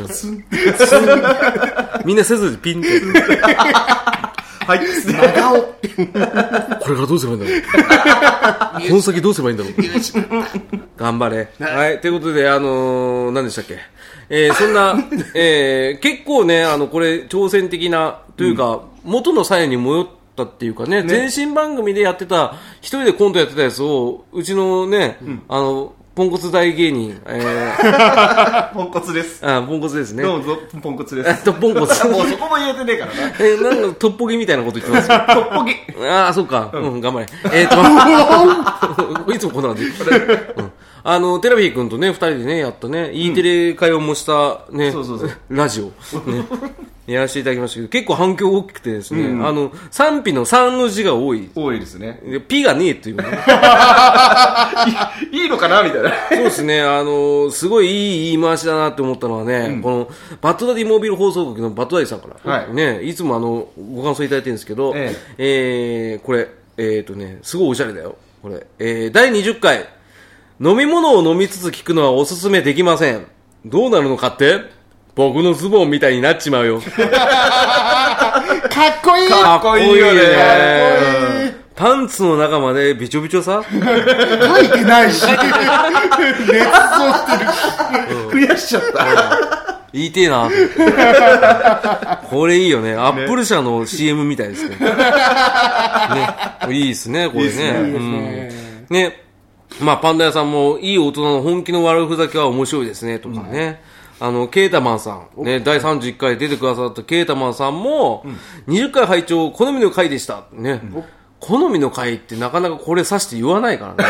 Speaker 1: みんなせずピンって
Speaker 2: はい、
Speaker 3: 長尾
Speaker 1: これからどうすればいいんだろうこの先どうすればいいんだろう頑張れ。はい、ということで、あのー、何でしたっけ、えー、そんな、えー、結構ね、あのこれ挑戦的なというか、うん、元の際に戻ったっていうかね、ね、前身番組でやってた一人でコントやってたやつをうちのね、うん、あのポンコツ大芸人、え
Speaker 2: ー、ポンコツです。
Speaker 1: あ、ポンコツですね。
Speaker 2: どうぞ、ポンコツです。
Speaker 1: とポンコツ。
Speaker 2: もうそこも言えてねえからな。
Speaker 1: えー、なんかトッポギみたいなこと言ってますよ。
Speaker 2: トッポギ。
Speaker 1: ああ、そうか。うん、うん、頑張れ。えーと、いつもこんな感じ。うん、あの、テラビー君とね、二人でね、やったね、E テレ会を模したね、
Speaker 2: そうそうそう
Speaker 1: ラジオ、ね、やらせていただきましたけど、結構反響大きくてですね、うん、あの、賛否のさんの字が多い。
Speaker 2: 多いですね。
Speaker 1: ピがねえっていうね。
Speaker 2: いいのかなみたいな。
Speaker 1: そうですね、あの、すごいいい言い回しだなって思ったのはね、うん、この、バッドダディモービル放送局のバッドダディさんから、はい、ね、いつもあの、ご感想いただいてるんですけど、えええー、これ、えっ、ー、とね、すごいおしゃれだよ。これ、えー、だいにじゅっかい、飲み物を飲みつつ聞くのはおすすめできません。どうなるのかって僕のズボンみたいになっちまうよ。かっ
Speaker 3: こいい
Speaker 2: かっこいいよね。
Speaker 1: パンツの中までびちょびちょさ
Speaker 3: 書いてないし。熱造してるし。
Speaker 2: 増やしちゃった。
Speaker 1: 言いてえなこれいいよね。アップル社の シーエム みたいですね。ね、いいですね、これね。いいですね。うん、ね、まあ、パンダ屋さんもいい大人の本気の悪ふざけは面白いですね、とかね。うん、あの、ケータマンさん、ね、だいさんじゅういっかい出てくださったケータマンさんも、うん、にじゅっかい拝聴好みの回でした。ね。うん、好みの回ってなかなかこれさして言わないからね。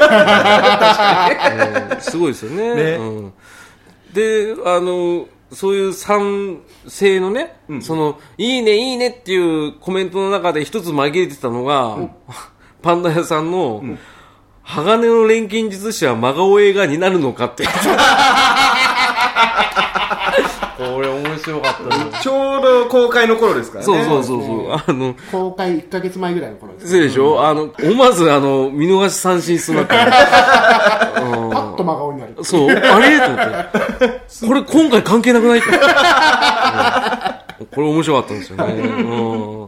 Speaker 1: うん、すごいですよね。ね、うん、で、あの、そういう賛成のね、うん、その、いいね、いいねっていうコメントの中で一つ紛れてたのが、うん、パンダ屋さんの、うん、鋼の錬金術師は真顔映画になるのかって。これ面白かったね。
Speaker 2: ちょうど公開の頃ですからね。
Speaker 1: そうそうそうそう。あの
Speaker 3: 公開いっかげつまえぐらいの頃です、ね。
Speaker 1: そうでしょ。うん、あの思わずあの見逃し三振しそうになった。パ
Speaker 3: ッと真顔になる。
Speaker 1: そう。あれと思って。これ今回関係なくないか。うん、これ面白かったんですよね。うん、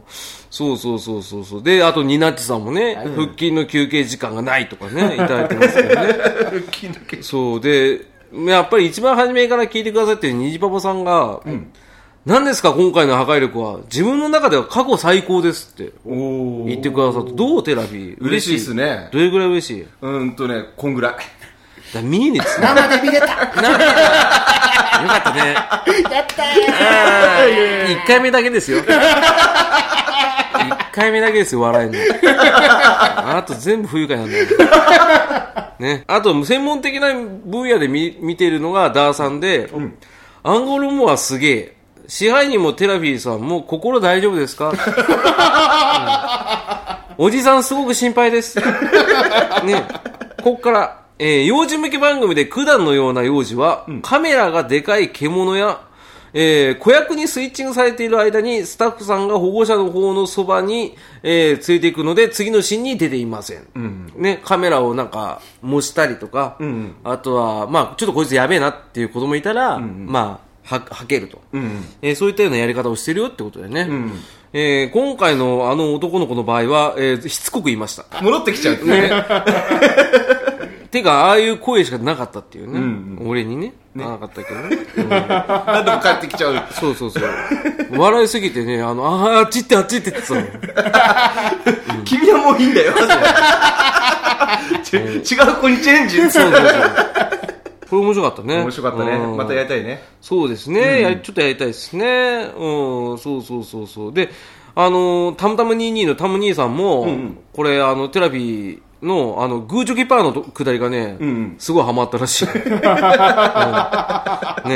Speaker 1: そうそうそうそうそう。で、あとニナッチさんもね、うん、腹筋の休憩時間がないとかね、いただいてますけどね。
Speaker 2: 腹筋の休憩。
Speaker 1: そうで。 やっぱり一番初めから聞いてくださってる虹パパさんが、うん、何ですか今回の破壊力は、自分の中では過去最高ですって言ってくださって、どうテラフィー
Speaker 2: 嬉しいですね。
Speaker 1: どれぐらい嬉しい？
Speaker 2: うんとね、こんぐらい。
Speaker 1: だ見えねえっつ
Speaker 3: 生で見れた。よか
Speaker 1: ったね。
Speaker 3: やったー。
Speaker 1: いっかいめだけですよ。いっかいめだけですよ、笑えんの。あと全部不愉快なんだよ。ね。あと、専門的な分野で 見, 見てるのがダーさんで、うん、アンゴルモアすげえ。支配人もテラフィーさんも心大丈夫ですか、うん、おじさんすごく心配です。ね。こっから、えー、幼児向け番組で九段のような幼児は、うん、カメラがでかい獣や、えー、子役にスイッチングされている間にスタッフさんが保護者の方のそばに、えー、連れて行くので次のシーンに出ていません、うんうん、ね、カメラをなんか模したりとか、うんうん、あとは、まあ、ちょっとこいつやべえなっていう子供いたら、うんうん、まあ、は、はけると、うんうん、えー、そういったようなやり方をしてるよってことでね、うんうん、えー、今回のあの男の子の場合は、えー、しつこく言いました。
Speaker 2: 戻ってきちゃうね。
Speaker 1: てか、ああいう声しかなかったっていうね。うんうん、俺にね。ねなかったけどね。うん、
Speaker 2: 何でも帰ってきちゃう。
Speaker 1: そうそうそう。笑いすぎてね、あの、ああ、あっちってあっちって言ってたの。うん、
Speaker 2: 君はもういいんだよ。違う子にチェンジ。そうそうそう。
Speaker 1: これ面白かったね。
Speaker 2: 面白かったね。うん、またやりたいね。
Speaker 1: そうですね。うん、やちょっとやりたいですね。うん、そうそうそうそう。で、あの、タムタムにじゅうにのタム兄さんも、うんうん、これ、あの、テラビー、の、あの、グーチョキパーのくだりがね、うんうん、すごいハマったらしい。うん、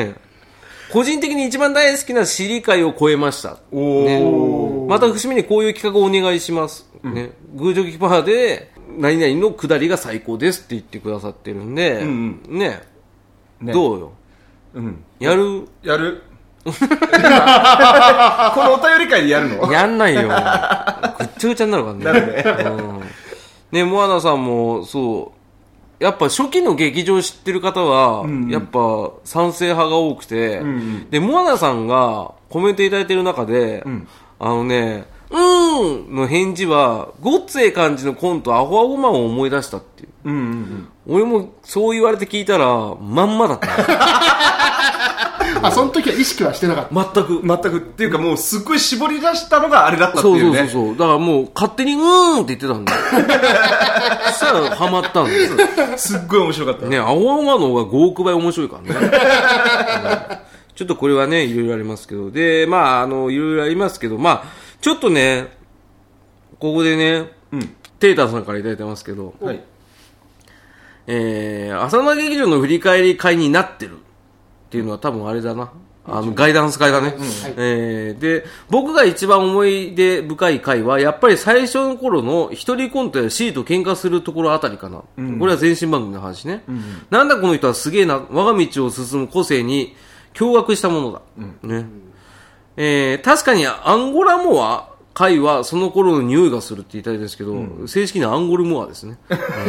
Speaker 1: ね、個人的に一番大好きなシリ会を超えました。ね、また節目にこういう企画をお願いします。うん、ね、グーチョキパーで、何々のくだりが最高ですって言ってくださってるんで、うんうん、ね、ね、どうよ。うん、やる
Speaker 2: やるこのお便り会でやるの？
Speaker 1: やんないよ。ぐっちゃぐちゃになるからね。なるね。うんね、モアナさんもそうやっぱ初期の劇場を知ってる方は、うんうん、やっぱ賛成派が多くて、うんうん、でモアナさんがコメントいただいてる中で、うん、あのねうーんの返事はごっつええ感じのコントアホアホマンを思い出したっていう、うんうんうん、俺もそう言われて聞いたらまんまだった。
Speaker 3: あ、その時は意識はしてなかった。
Speaker 1: 全く
Speaker 2: 全くっていうかもうすっごい絞り出したのがあれだったっていうね。
Speaker 1: そうそうそうそう。だからもう勝手にうーんって言ってたんだよ。そしたらハマったんです。
Speaker 2: すっごい面白かった
Speaker 1: ね。青々の方がごおくばい面白いからね。ちょっとこれはねいろいろありますけど、でまああのいろいろありますけど、まあちょっとねここでね、うん、テーターさんからいただいてますけど、はい、えー、浅間劇場の振り返り会になってるっていうのは多分あれだな、あのガイダンス会だね、うん、えー、で僕が一番思い出深い回はやっぱり最初の頃の一人コントやシーと喧嘩するところあたりかな、うん、これは前身番組の話ね、うん、なんだこの人はすげえな、我が道を進む個性に驚愕したものだ、うん、ね、えー、確かにアンゴラモア回はその頃の匂いがするって言いたいですけど、うん、正式にアンゴルモアですね、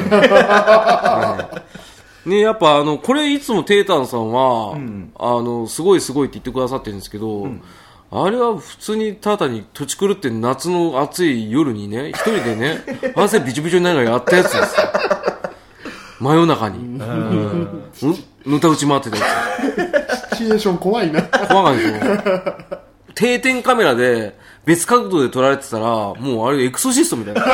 Speaker 1: ね、やっぱあのこれいつもテータンさんは、うん、あのすごいすごいって言ってくださってるんですけど、うん、あれは普通にただに土地狂って夏の暑い夜にね一人でね汗びちょびちょになりながらやったやつですよ。真夜中に、うん、ぬた打ち回ってたや
Speaker 3: つ。シチュエーション怖いな。
Speaker 1: 怖いでしょ。定点カメラで別角度で撮られてたらもうあれエクソシストみたいな。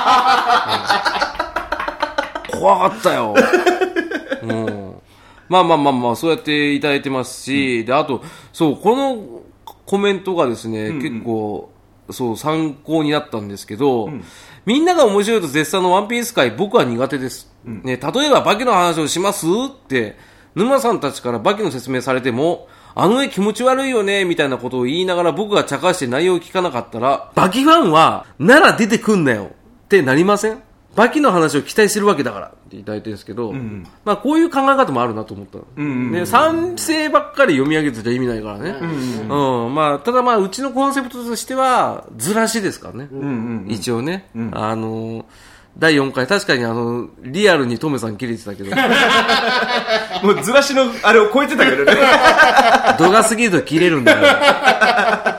Speaker 1: 怖かったよ。うん、まあまあまあまあそうやっていただいてますし、うん、であとそうこのコメントがですね、うんうん、結構そう参考になったんですけど、うん、みんなが面白いと絶賛のワンピース界僕は苦手です、うんね、例えばバキの話をしますって沼さんたちからバキの説明されてもあの絵気持ち悪いよねみたいなことを言いながら僕が茶化して内容を聞かなかったらバキファンはなら出てくんなよってなりません？バキの話を期待するわけだからっていただいてるんですけど、うんうん、まあこういう考え方もあるなと思った、うんうんうんね、賛成ばっかり読み上げてちゃ意味ないからね、うんうんうん、まあただまあうちのコンセプトとしてはずらしですからね、うんうんうん、一応ね、うん、あのだいよんかい確かにあのリアルにトメさん切れてたけど
Speaker 2: もうずらしのあれを超えてたけどね
Speaker 1: 度が過ぎると切れるんだよ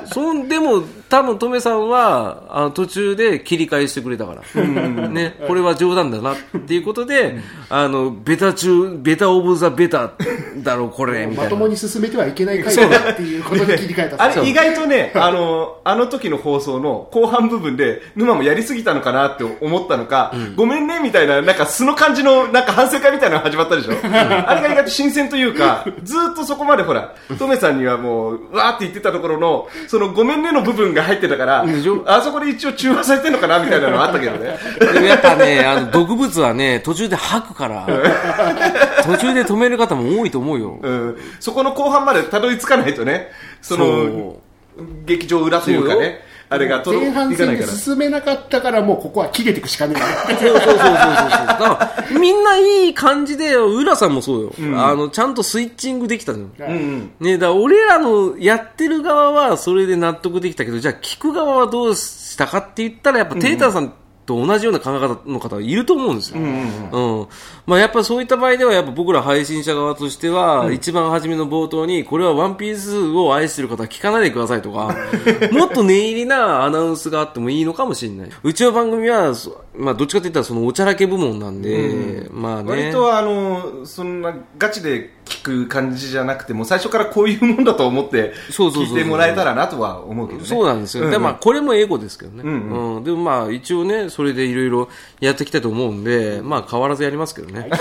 Speaker 1: そんでも多分トメさんはあの途中で切り返してくれたから、ね、これは冗談だなっていうことで、あのベタ中ベタオブザベタだろこれみたいな、
Speaker 3: まともに進めてはいけない回だっていうことに切り替えた。
Speaker 2: あれ意外とね、あのあの時の放送の後半部分で沼もやりすぎたのかなって思ったのか、うん、ごめんねみたいななんか素の感じのなんか反省会みたいなのが始まったでしょ。あれが意外と新鮮というか、ずっとそこまでほらトメさんにはもうわーって言ってたところのそのごめんねの部分が入ってたから、あそこで一応中和されてんのかなみたいなのがあったけどね。
Speaker 1: でもやっぱね、あの毒物はね途中で吐くから途中で止める方も多いと思うよ、
Speaker 2: うん、そこの後半までたどり着かないとね、その劇場裏というかね、あれが
Speaker 3: 前半戦で進めなかったからもうここは切れていくしかねえ。
Speaker 1: そうそうそうそうそう。だからみんないい感じで、浦さんもそうよ、うん、あのちゃんとスイッチングできたのよ、うん、ね、だから俺らのやってる側はそれで納得できたけど、じゃあ聞く側はどうしたかって言ったらやっぱテーターさんと同じような考え方の方がいると思うんですよ、うんうんうん、まあ、やっぱそういった場合ではやっぱ僕ら配信者側としては、うん、一番初めの冒頭にこれはワンピースを愛してる方は聞かないでくださいとかもっと念入りなアナウンスがあってもいいのかもしれない。うちの番組は、まあ、どっちかといったらそのおちゃらけ部門なんで、うん、まあね、
Speaker 2: 割とあのそんなガチで聞く感じじゃなくても最初からこういうもんだと思って聞いてもらえたらなとは思うけどね。
Speaker 1: そうなんですよ、うんうん、でまあ、これも英語ですけどね、うんうんうん、でもまあ一応ねそれでいろいろやってきたと思うんで、まあ変わらずやりますけどね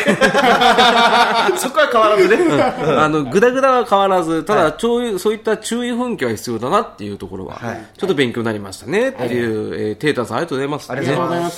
Speaker 2: そこは変わらずね、うん、
Speaker 1: あのグダグダは変わらず、ただ、はい、そういった注意奮起は必要だなっていうところは、はい、ちょっと勉強になりましたねっていう、はい、えー、テータさんありがとうございます。
Speaker 3: ありがとうございました。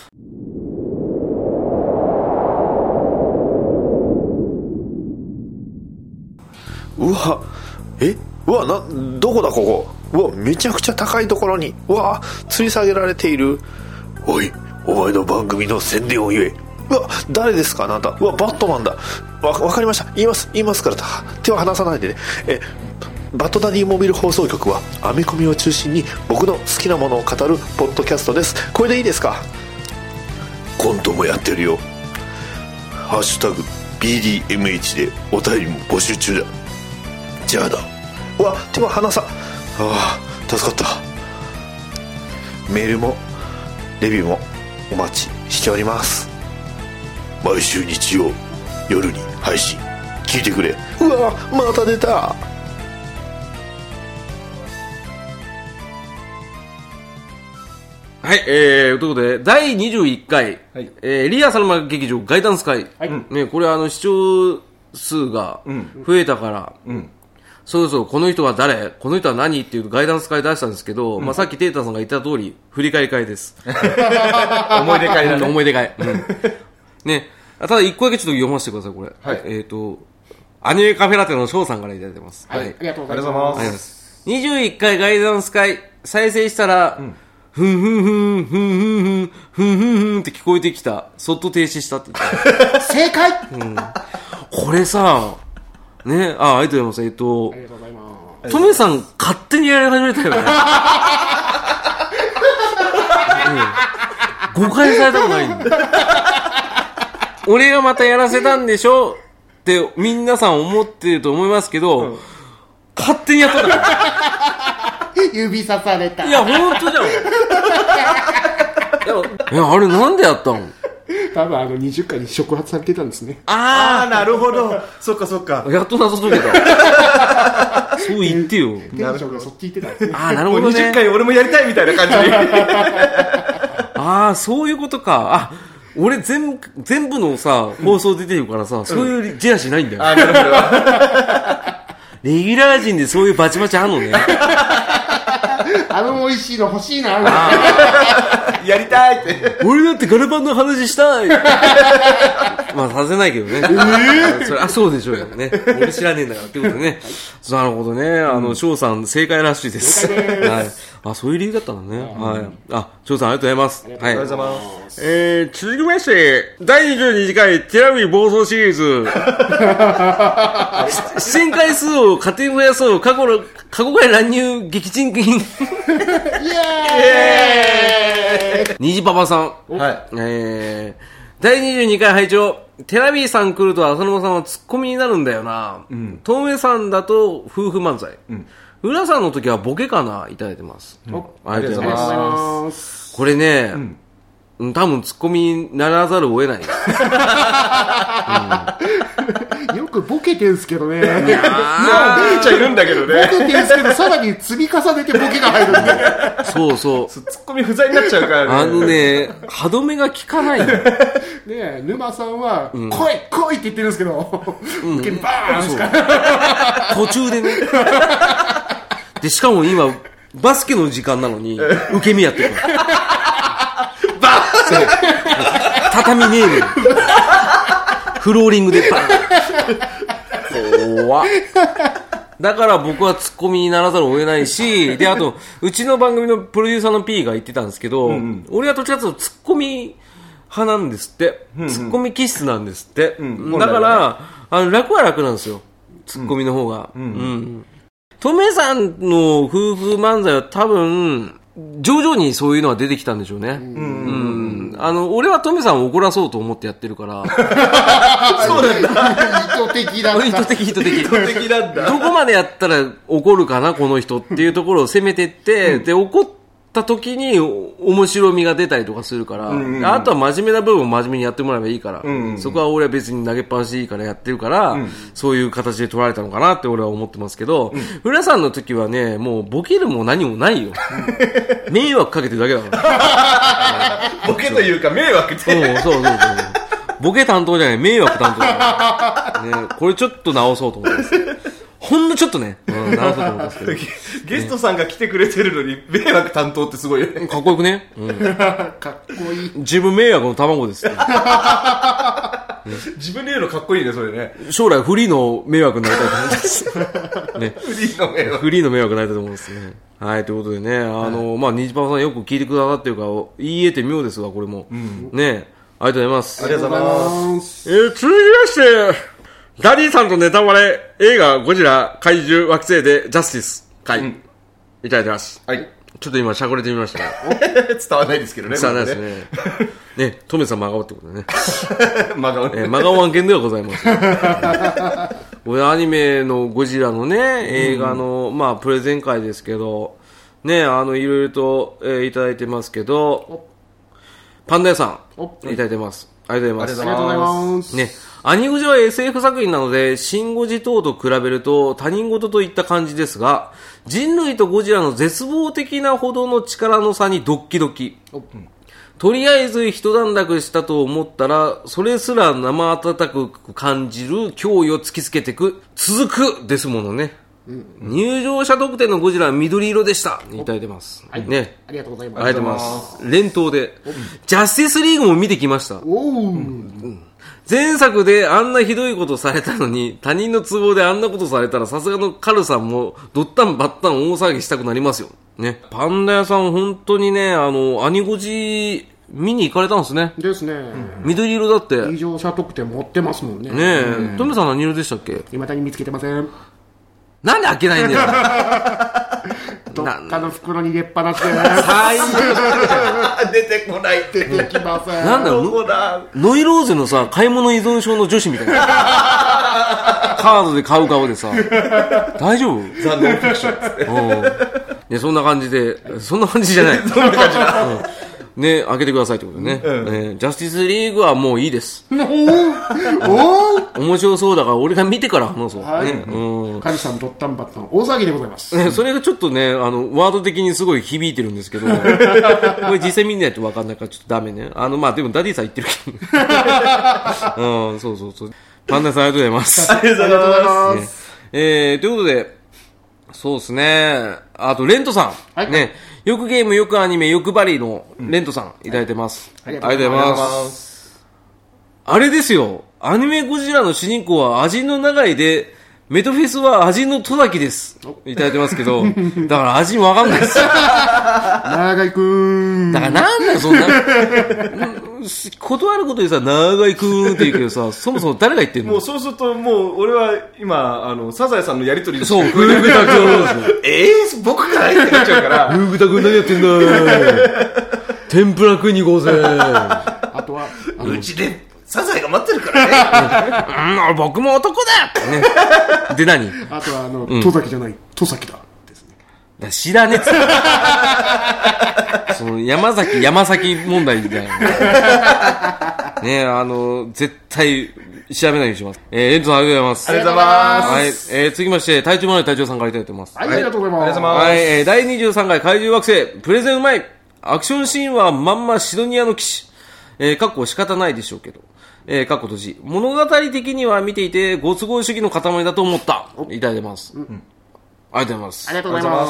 Speaker 4: うわ、え、うわ、な、どこだここ。うわ、めちゃくちゃ高いところに、うわ、吊り下げられている。おい、お前の番組の宣伝を言え。うわ、誰ですかあなた。うわ、バットマンだ。わ、わかりました。言います、言いますから、手は離さないでね。え、バットダディモビル放送局はアメコミを中心に僕の好きなものを語るポッドキャストです。これでいいですか。コントもやってるよ。ハッシュタグ ビーディーエムエイチ でお便りも募集中だ。じゃあだ。うわ、手は離さ。ああ、助かった。メールもレビューもお待ちしております。毎週日曜夜に配信聞いてくれ。うわ、また出た。
Speaker 1: はい、えー、ということでだいにじゅういっかい、はい、えー、リアサルマ劇場ガイダンス会、はい、ね、これあの視聴数が増えたから、うんうん、そうそう、この人は誰、この人は何っていうガイダンス会出したんですけど、うん、まあ、さっきテータさんが言った通り振り返り会です
Speaker 2: 思い出会だね。
Speaker 1: 思い出会、うん、ね、ただ一個だけちょっと読ませてくださいこれ、はい、えっ、ー、とアニメカフェラテの翔さんからいただいてます、
Speaker 3: はい、はい、ありがとうございます。
Speaker 1: にじゅういっかいガイダンス会再生したら、うん、ふんふんふんふんふんふんふんふんふんって聞こえてきた。そっと停止したって言って
Speaker 3: 正解、
Speaker 1: うん、これさね、あ、ありがとうございます。えっと、
Speaker 3: ありがとうございます。
Speaker 1: トメさん勝手にやり始めたよね、うん、誤解されたくないんだ俺がまたやらせたんでしょって皆さん思ってると思いますけど、うん、勝手にやったんだから
Speaker 3: 指さされた。
Speaker 1: いや本当じゃんいや、あれなんでやったの。
Speaker 3: 多分あのにじゅっかいに触発されてたんですね。
Speaker 2: ああ、なるほど。そっかそっか。
Speaker 1: やっと謎解けたそう言ってよ。
Speaker 3: 店長がそっち言ってたんですね。
Speaker 1: ああ、なるほどね。
Speaker 2: にじゅっかい俺もやりたいみたいな感じ
Speaker 1: ああ、そういうことか。あ、俺全全部のさ放送出てるからさ、うん、そういうジェラシーないんだよ。
Speaker 2: あ、なるほど
Speaker 1: レギュラー陣でそういうバチバチあんのね
Speaker 3: あの美味しいの欲しいな
Speaker 2: やりたいって
Speaker 1: 俺だってガラパンの話したいまあさせないけどね、えー、それあそうでしょうよね俺知らねえんだからってことでね、はい、なるほどね、あの翔、うん、さん正解らしいです。
Speaker 3: 正解です、
Speaker 1: はい、あそういう理由だったのね、うん、はい、あ翔さんありがとうございます。
Speaker 2: ありがとうございます、
Speaker 1: はい、えー、続きましてだいにじゅうにかいテラビ暴走シリーズ出演回数を家庭増やそう過去の過去外乱入撃沈金イエーイ虹パパさん、はい、えー、だいにじゅうにかい拝聴。テラビーさん来ると浅沼さんはツッコミになるんだよな、うん、東名さんだと夫婦漫才、うん、 浦さんの時はボケかないただいてます。
Speaker 3: うん、
Speaker 1: ありがとうございます。これね、うん、多分ツッコミにならざるを得ないです。
Speaker 3: うん、よくボケてんすけどね。
Speaker 2: いやー、ちゃいるんだけどね。
Speaker 3: ボケてんすけど、さらに積み重ねてボケが入るんで。
Speaker 1: そうそう。
Speaker 2: ツッコミ不在になっちゃうからね。
Speaker 1: あのね、歯止めが効かないの。ね
Speaker 3: え、沼さんは、うん、来い来いって言ってるんですけど、うん、受けバーンですか
Speaker 1: 途中でね。で、しかも今、バスケの時間なのに、受け身やってるから。バーン畳ねえのよ。フローリングでバーン。怖っ。だから僕はツッコミにならざるを得ないし、で、あと、うちの番組のプロデューサーの P が言ってたんですけど、うんうん、俺はどちらかというとツッコミ派なんですって。うんうん、ツッコミ気質なんですって。うん、だから、あの、楽は楽なんですよ。ツッコミの方が。うんうんうんトメさんの夫婦漫才は多分、徐々にそういうのは出てきたんでしょうね。うん。うん、あの、俺はトメさんを怒らそうと思ってやってるから。
Speaker 2: そうなんだ。
Speaker 3: 意図的だった。
Speaker 1: 意図的、意図的。
Speaker 2: 意図的なんだ。
Speaker 1: どこまでやったら怒るかな、この人っていうところを攻めてって、うん、で、怒った時に面白みが出たりとかするから、うんうん、あとは真面目な部分を真面目にやってもらえばいいから、うんうん、そこは俺は別に投げっぱなしでいいからやってるから、うん、そういう形で取られたのかなって俺は思ってますけど、うん、浦さんの時はね、もうボケるも何もないよ。迷惑かけてるだけだから。
Speaker 2: ボケというか迷惑って。
Speaker 1: そうそうそうそう。ボケ担当じゃない、迷惑担当だから、ね。これちょっと直そうと思ってます。ほんのちょっとね、うん、直そうと思ったんですけど。
Speaker 2: ゲストさんが来てくれてるのに、迷惑担当ってすごいね。
Speaker 1: かっこよくね、うん、
Speaker 3: かっこいい。
Speaker 1: 自分迷惑の卵です、ね。
Speaker 2: 自分で言うのかっこいいね、それね。
Speaker 1: 将来フリーの迷惑になりたいと思います。ね、
Speaker 2: フリーの迷惑。
Speaker 1: フリーの迷惑になりたいと思いますね。はい、ということでね、あの、はい、まあ、ニジパパさんよく聞いてくださってるから、言い得て妙ですが、これも。うん、ね、ありがとうございます。
Speaker 2: ありがとうございます。
Speaker 1: えー、続きまして、ダディさんとネタバレ映画ゴジラ怪獣惑星でジャスティス回、うん、いただいてます。
Speaker 2: はい。
Speaker 1: ちょっと今しゃくれてみましたが
Speaker 2: 伝わらないですけどね。
Speaker 1: 伝わらないですね。ね、トメさん真顔ってことでね。
Speaker 2: 真顔ね。
Speaker 1: えー、真顔案件ではございます。これアニメのゴジラのね、映画の、うん、まあプレゼン会ですけど、ね、あのいろいろと、えー、いただいてますけど、パンダ屋さんいただいてます。ありがとうございます。
Speaker 3: ありがとうございます。
Speaker 1: ね。アニゴジは エスエフ 作品なので、シンゴジ等と比べると他人事といった感じですが、人類とゴジラの絶望的なほどの力の差にドッキドキ。とりあえず一段落したと思ったら、それすら生温かく感じる脅威を突きつけてく、続くですものね。うんうん、入場者特典のゴジラは緑色でした。いただいてます。
Speaker 3: はい、
Speaker 1: ね。
Speaker 3: ありがとうございます。
Speaker 1: ありがとうございます。連投で。ジャスティスリーグも見てきました。
Speaker 3: おー。
Speaker 1: うん前作であんなひどいことされたのに他人の都合であんなことされたらさすがのカルさんもドッタンバッタン大騒ぎしたくなりますよね。パンダ屋さん本当にねあのアニゴジ見に行かれたんですね。
Speaker 3: ですね、うん、
Speaker 1: 緑色だって
Speaker 3: 入場者特典持ってますもんね。
Speaker 1: ねえ、うん、トメさん何色でしたっけ。
Speaker 3: 未だに見つけてません。
Speaker 1: なんで開けないんだよ。
Speaker 3: どっかの袋に入れっぱなしでね。
Speaker 2: 出てこない。
Speaker 3: 出てきません。
Speaker 1: なんだろう、ノイローゼのさ、買い物依存症の女子みたいな。カードで買う顔でさ、大丈夫？
Speaker 2: ザ・ノンフィクショ
Speaker 1: ン。ね、そんな感じで、そんな感じじゃない。そんな感じだ。うんね、開けてくださいってことでね、うんね。ジャスティスリーグはもういいです。おー面白そうだから俺が見てから話そう。
Speaker 3: はい。ね、うん。カリさん、ドッタンバッタン、大騒ぎでございます。
Speaker 1: ね、それがちょっとね、あの、ワード的にすごい響いてるんですけど、これ実際見ないと分かんないからちょっとダメね。あの、まあ、でもダディさん言ってるけど。うん、そうそうそう。パンダさんありがとうございます。
Speaker 2: ありがとうございます。
Speaker 1: ね、えー、ということで、そうですね。あと、レントさん。はい。ね。よくゲーム、よくアニメ、よくバリのレントさん、いただいてます。
Speaker 3: ありがとうございます。
Speaker 1: あれですよ。アニメゴジラの主人公は味の長いで、メトフェスは味の戸崎です。いただいてますけど、だから味わかんないですよ。
Speaker 3: 長井くーん。
Speaker 1: だからなんだよ、そんな。断ることでさ、長井くーんって言うけどさ、そもそも誰が言ってんの？
Speaker 2: もうそうすると、もう俺は今、あの、サザエさんのやりとりで
Speaker 1: そう、フーグタくん。
Speaker 2: えー、僕から言ってなっちゃうから。
Speaker 1: フーグタくん何やってんだー。天ぷら食いに行こうぜー。
Speaker 3: あとは、
Speaker 2: うちで、サザエが待ってるから
Speaker 1: ね。うん、僕も男だ、ね、で何？
Speaker 3: あとはあの、うん、戸崎じゃない、戸崎だ。
Speaker 1: だ知らねえっつってその山崎山崎問題みたいなねえあの絶対調べないようにします。えー、エントさんありがとうございます。
Speaker 2: ありがとうございます。
Speaker 1: はい、えー、続きまして隊長まで隊長さんからいただいてます。
Speaker 3: はい、ありがとうございます。
Speaker 2: ありがとうございます。
Speaker 1: はい、えー、だいにじゅうさんかい怪獣惑星プレゼンうまいアクションシーンはまんまシドニアの騎士、えー、かっこ仕方ないでしょうけど、えー、かっこ閉じ物語的には見ていてご都合主義の塊だと思ったいただいてます、うん、ありがとうございます。
Speaker 3: ありがとうございます。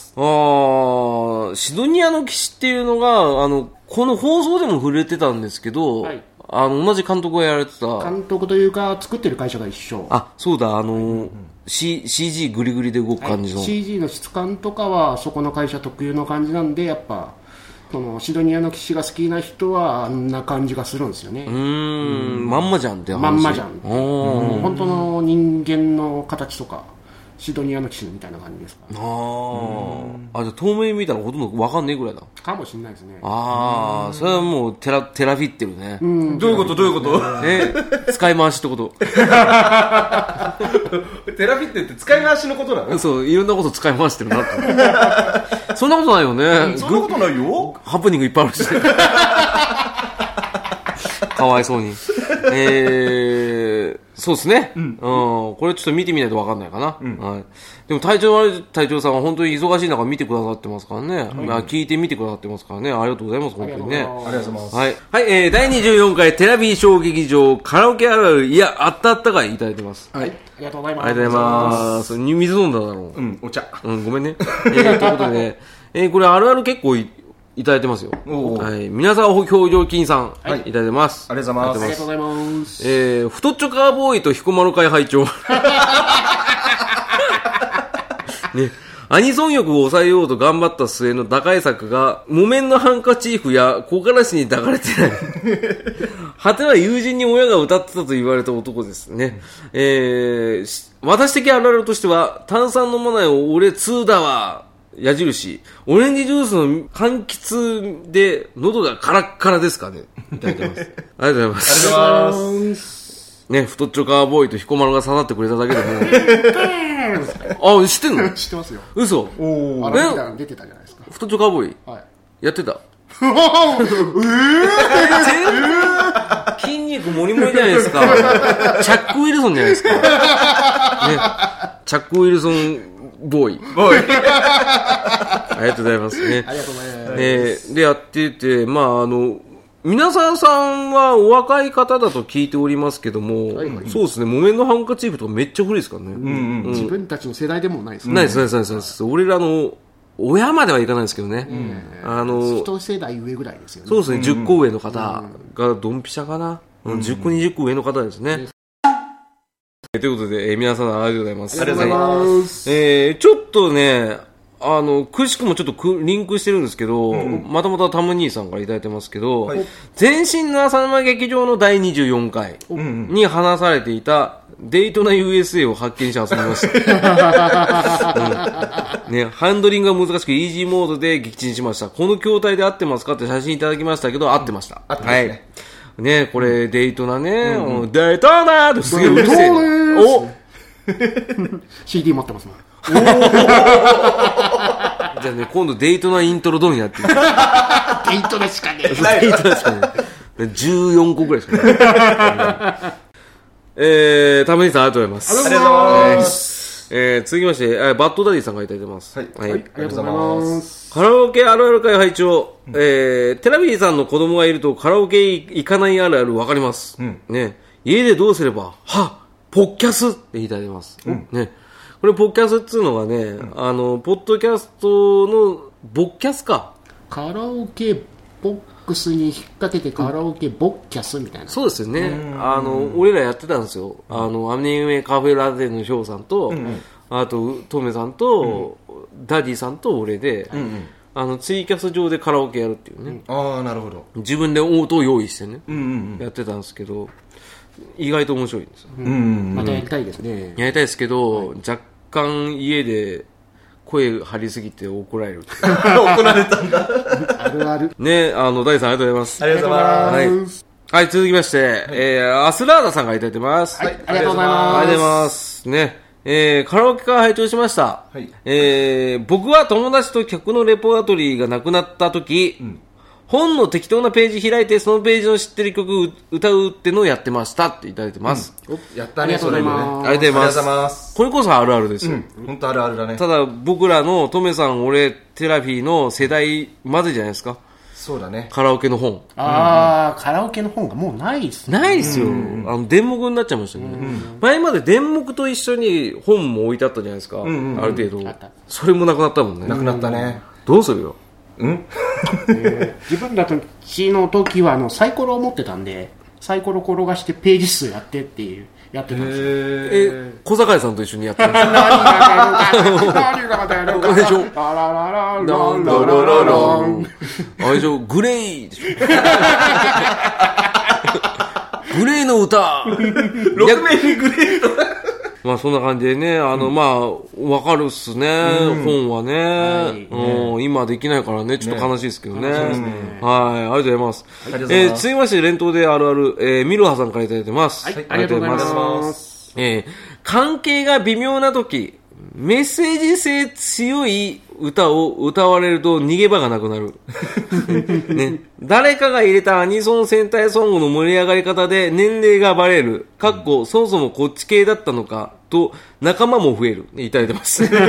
Speaker 1: あーシドニアの騎士っていうのがあのこの放送でも触れてたんですけど、はい、あの同じ監督がやられてた
Speaker 3: 監督というか作ってる会社が一緒。
Speaker 1: あそうだあの、うん、C、シージー グリグリで動く感じの、はい、
Speaker 3: シージー の質感とかはそこの会社特有の感じなんでやっぱそのシドニアの騎士が好きな人はあんな感じがするんですよね。
Speaker 1: うーん、うん、まんまじゃんって話。
Speaker 3: まんまじゃん。うん、本当の人間の形とかシドニアの騎士みたいな感じですか。
Speaker 1: ああ、じゃあ透明見たらほとんど分かんねえぐらいだ。
Speaker 3: かもしれないですね。
Speaker 1: ああ、それはもうテラテラフィってるね。
Speaker 2: うん、どういうことどういうこと？
Speaker 1: え、使い回しってこと？
Speaker 2: テラフィってって使い回しのことなの？
Speaker 1: そう、いろんなこと使い回してるなって。そんなことないよね。
Speaker 2: そんなことないよ。
Speaker 1: ハプニングいっぱいあるし。かわいそうに。えー、そうですね、うんうん。これちょっと見てみないと分かんないかな。うん、はい、でも隊長、隊長さんは本当に忙しい中見てくださってますからね。うん、聞いてみてくださってますからね。ありがとうございます、本当にね。
Speaker 2: ありがとうございます。
Speaker 1: はい。はい、えー、だいにじゅうよんかいテラビー小劇場カラオケあるある、いや、あったあったかいいただいてます。
Speaker 3: はい。ありがとうございます。
Speaker 1: ありがとうございます。水飲んだだろう。
Speaker 2: うん、お茶。
Speaker 1: うん、ごめんね。えー、ということでね、えー、これあるある結構い、いただいてますよ。はい。皆さん、表情筋さん、はい、いただいてます。
Speaker 2: ありがとうございます。
Speaker 3: ありがとうございます。
Speaker 1: えー、太っちょカーボーイと彦摩呂会拝聴。ね、アニソン欲を抑えようと頑張った末の打開策が、木綿のハンカチーフや小からしに抱かれてない。果ては友人に親が歌ってたと言われた男ですね。えー、私的あるあるとしては、炭酸飲まない俺ツーだわ。矢印、オレンジジュースの柑橘で喉がカラッカラですかねいただいてます。ありがとうございます。
Speaker 2: ありがとうございます。
Speaker 1: ね、太っちょカーボーイと彦摩呂が刺さってくれただけでも。あ、知ってんの？
Speaker 3: 知ってますよ。
Speaker 1: 嘘？
Speaker 3: おー。あの、出てたじゃないですか。
Speaker 1: 太っちょカーボーイ？
Speaker 3: はい。
Speaker 1: やってた。
Speaker 3: え
Speaker 1: ー、筋肉もりもりじゃないですか。チャック・ウィルソンじゃないですか。ね、チャック・ウィルソン、ボーイ。
Speaker 2: ボーイ。
Speaker 1: ありがとうございますね。
Speaker 3: ありがとうございます。
Speaker 1: えー、で、やってて、まあ、あの、皆沢さんはお若い方だと聞いておりますけども、はいはい、そうですね、木綿のハンカチーフとかめっちゃ古いですからね。うんうん
Speaker 3: うん、自分たちの世代でもないです
Speaker 1: ね。ないです、ないです、ないです。俺らの、親まではいかないですけどね。うん、あの、
Speaker 3: 一世代上ぐらいですよね。
Speaker 1: そうですね、じゅっこ上の方がドンピシャかな。うん、じゅっこ、にじゅっこ上の方ですね。うんということで、えー、皆さんありがとうございます。
Speaker 3: ありがとうございます。
Speaker 1: えー、ちょっとね、あの、くしくもちょっとくリンクしてるんですけど、うん、またまたタム兄さんからいただいてますけど、はい、前身の浅沼劇場のだいにじゅうよんかいに話されていたデイトナ ユーエスエー を発見して遊びました。うんね、ハンドリングが難しくイージーモードで撃沈しました。この筐体で合ってますかって写真いただきましたけど、合ってました。
Speaker 2: 合ってますね。はい
Speaker 1: ねこれ、デイトナね、うんうん、デイトナーってすげえうるせえ。お
Speaker 3: シーディー 持ってますもん。
Speaker 1: じゃあね、今度デイトナイントロドンやってみて。
Speaker 3: デイトナしかねえ。
Speaker 1: デイトナしかねえ。じゅうよんこぐらいしかねえ。えー、ためにさんありがとうございます。
Speaker 2: ありがとうございます。
Speaker 1: えー、続きまして、えー、バッドダディさんがいただいてます。
Speaker 2: はい。はい、ありがとうございます。
Speaker 1: カラオケあるある会拝聴、うん、えー、テラビーさんの子供がいるとカラオケ行かないあるあるわかります。うん、ね、家でどうすれば、はポッキャスっていただいてます。うん、ね。これポッキャスっていうのがね、うん、あの、ポッドキャストのボッキャスか。
Speaker 3: カラオケボックスに引っ掛けてカラオケボッキャスみたいな。
Speaker 1: そうですよね。あの、俺らやってたんですよ。あの、アニメカフェラテの翔さんと、うんうん、あと、トメさんと、うん、ダディさんと俺で、うんうん、あの、ツイキャス上でカラオケやるっていうね。
Speaker 2: うん、ああ、なるほど。
Speaker 1: 自分で音を用意してね、
Speaker 2: うんうんうん、
Speaker 1: やってたんですけど、意外と面白いんですよ。
Speaker 3: うんうん、またやりたいですね。
Speaker 1: やりたいですけど、はい、若干家で声張りすぎて怒られる。
Speaker 2: 怒られたんだ。
Speaker 3: あるある。
Speaker 1: ね、あの、ダディさんありがとうございます。
Speaker 2: ありがとうございます。
Speaker 1: はい。はい、続きまして、はい、えー、アスラーダさんがいただいてます。
Speaker 3: はい、ありがとうございます。
Speaker 1: ありがとうございます。ね。 えー、カラオケから拝聴しました。はい。えー、僕は友達と曲のレポートリーがなくなった時、うん、本の適当なページ開いて、そのページの知ってる曲歌うってのをやってましたっていただいてます。
Speaker 2: うん、やったね、それね。
Speaker 1: ありがとうございます。ありがとうございます。これこそあるあるですよ。
Speaker 2: うん、本当あるあるだね。
Speaker 1: ただ、僕らのトメさん、俺、テラフィーの世代までじゃないですか。
Speaker 2: そうだね。
Speaker 1: カラオケの本。
Speaker 3: ああ、うん、カラオケの本がもうないっす
Speaker 1: ね。ないっすよ。うんうん、あの、電目になっちゃいましたね。うんうん、前まで電目と一緒に本も置いてあったじゃないですか。うんうんうん、ある程度。それもなくなったもんね。
Speaker 2: なくなったね。
Speaker 1: どうするよ。
Speaker 2: うん
Speaker 3: えー、自分たちの時はあのサイコロを持ってたんで、サイコロ転がしてページ数やってっていうやってたんですよ。
Speaker 1: えー、小坂井さんと一緒にやってるんですか。何が出るかでしょ。ララララララララン。あれでしょ、グレイでしょ。グレイの歌。
Speaker 2: ろくめいにグレイの歌。
Speaker 1: まあそんな感じでね、あの、うん、まあ、わかるっすね、うん、本はね、はいうん。今できないからね、ちょっと悲しいですけどね。ねはい、ありがとうございます。はい、えー、続きまして、連投であるある、えー、ミロハさんからいただいてます。
Speaker 3: はい、ありがとうございます。
Speaker 1: えー、関係が微妙な時、メッセージ性強い歌を歌われると逃げ場がなくなる。ね、誰かが入れたアニソン戦隊ソングの盛り上がり方で年齢がバレる。かっこ、そもそもこっち系だったのかと仲間も増える。いただいてます。うん、こ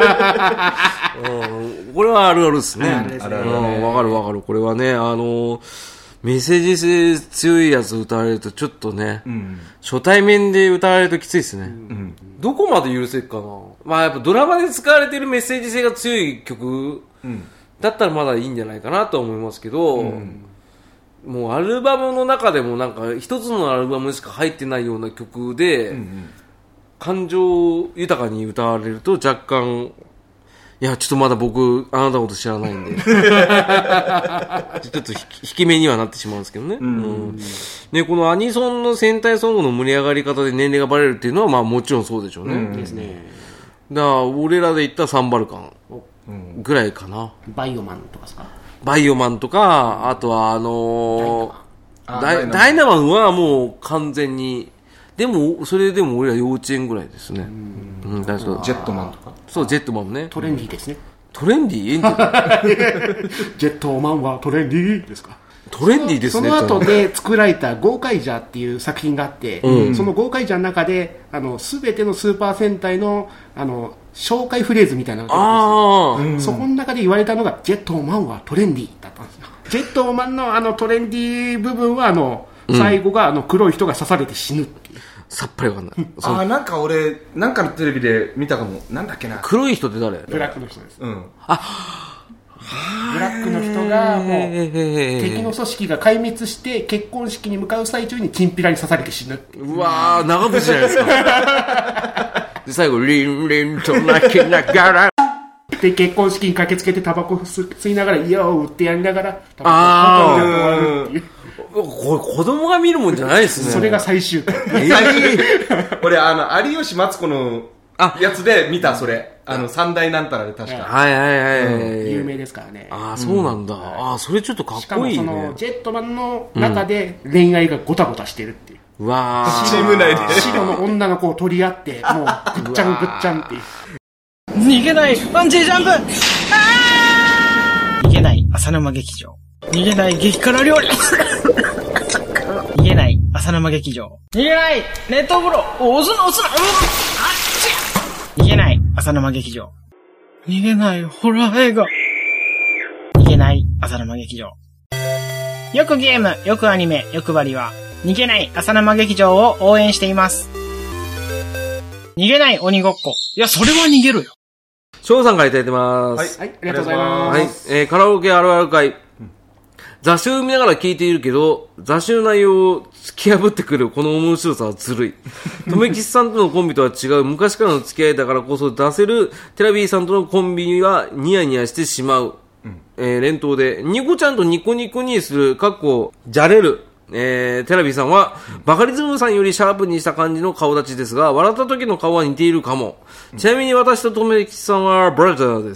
Speaker 1: れはあるあるですね。わ、うん、かるわかる。これはね、あのー、メッセージ性強いやつ歌われるとちょっとね、うん、初対面で歌われるときついですね、うん、どこまで許せるかな。まあやっぱドラマで使われてるメッセージ性が強い曲だったらまだいいんじゃないかなとは思いますけど、うん、もうアルバムの中でもなんか一つのアルバムしか入ってないような曲で、うんうん、感情豊かに歌われると若干、いや、ちょっとまだ僕、あなたのこと知らないんで。ちょっと引き目にはなってしまうんですけどね。うんうん、で、このアニソンの戦隊ソングの盛り上がり方で年齢がバレるっていうのは、まあもちろんそうでしょうね。うん、ですね。だから、俺らで言ったらサンバルカンぐらいかな。
Speaker 3: バイオマンとかですか？
Speaker 1: バイオマンとか、あとはあのー、ダイナマン。ダイナマンはもう完全に、でも、それでも俺ら幼稚園ぐらいですね。うん。うん、
Speaker 2: ジェットマンとか。
Speaker 1: そう、ジェットマンもね。
Speaker 3: トレンディーですね。
Speaker 1: トレンディーええんちゃう
Speaker 3: ジェットマンはトレンディーですか。
Speaker 1: トレンディーですね。
Speaker 3: その後で作られたゴーカイジャーっていう作品があって、うん、そのゴーカイジャーの中で、あの、すべてのスーパー戦隊の、あの、紹介フレーズみたいなのがあるんですよ。そこの中で言われたのが、ジェットマンはトレンディーだったんですよ。ジェットマンのあのトレンディー部分は、あの、最後があの黒い人が刺されて死ぬっていう。
Speaker 1: さっぱりわかんない。
Speaker 2: ああ、なんか俺、なんかのテレビで見たかも。なんだっけな。
Speaker 1: 黒い人って誰？
Speaker 3: ブラックの人です。
Speaker 2: うん。
Speaker 3: あ、ブラックの人がもう敵の組織が壊滅して結婚式に向かう最中にチンピラに刺されて死ぬ。
Speaker 1: うわー、長渕じゃないですか。で最後リンリンと泣きながら。
Speaker 3: で結婚式に駆けつけてタバコ吸いながらイヤを売ってやりながらタバコ
Speaker 1: を終わるっていう。これ子供が見るもんじゃないですね。
Speaker 3: それが最終回。
Speaker 2: 俺あの有吉マツコのやつで見たそれ。あの三大なんたらで確か。
Speaker 1: はいはいはい、
Speaker 3: うん。有名ですからね。
Speaker 1: ああそうなんだ。うん、ああそれちょっとかっこいいね。しかもその
Speaker 3: ジェットマンの中で恋愛がごたごたしてるっていう。
Speaker 1: うわ
Speaker 2: ー。チーム内で
Speaker 3: 白の女の子を取り合ってもうぐっちゃんぐっちゃんっていう。
Speaker 5: 逃げないバンジージャンプ。逃げない浅沼劇場。逃げない激辛料理。逃げない浅沼劇場。逃げない熱湯風呂。おすなおすな。逃げない浅沼劇場。逃げないホラー映画。逃げない浅沼劇場。よくゲーム、よくアニメ、よくバリは逃げない浅沼劇場を応援しています。逃げない鬼ごっこ。いや、それは逃げろよ。
Speaker 1: 翔さんからいただいてます。
Speaker 3: はい、はい、ありがとうございます。
Speaker 1: はい、えー、カラオケあるある会。雑誌を見ながら聞いているけど、雑誌の内容を突き破ってくるこの面白さはずるい。とめきちさんとのコンビとは違う昔からの付き合いだからこそ出せるテラビーさんとのコンビにはニヤニヤしてしまう。うん、えー、連投で、ニコちゃんとニコニコにする、かっこ、じゃれる。えー、テラビーさんは、バカリズムさんよりシャープにした感じの顔立ちですが、笑った時の顔は似ているかも。うん、ちなみに私ととめきちさんはブラザーです。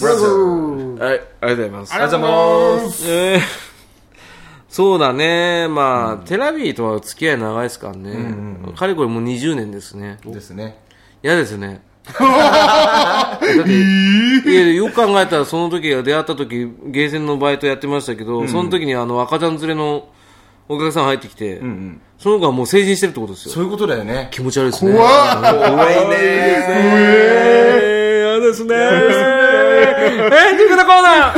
Speaker 2: ブラザー。
Speaker 1: はい、ありがとうございます。
Speaker 2: ありがとうございます。
Speaker 1: えーそうだね。まあ、うん、テラビーとは付き合い長いですからね。うんうんうん、かれこれもうにじゅうねんですね。
Speaker 2: ですね。
Speaker 1: 嫌ですね。だっていやよく考えたらその時出会った時ゲーセンのバイトやってましたけど、うん、その時にあの赤ちゃん連れのお客さん入ってきて、うんうん、その子はもう成人してるってことですよ。
Speaker 2: そういうことだよね。
Speaker 1: 気持ち悪いですね。
Speaker 2: 怖い怖いね
Speaker 1: ー。嫌ですねー。エンディングのコーナ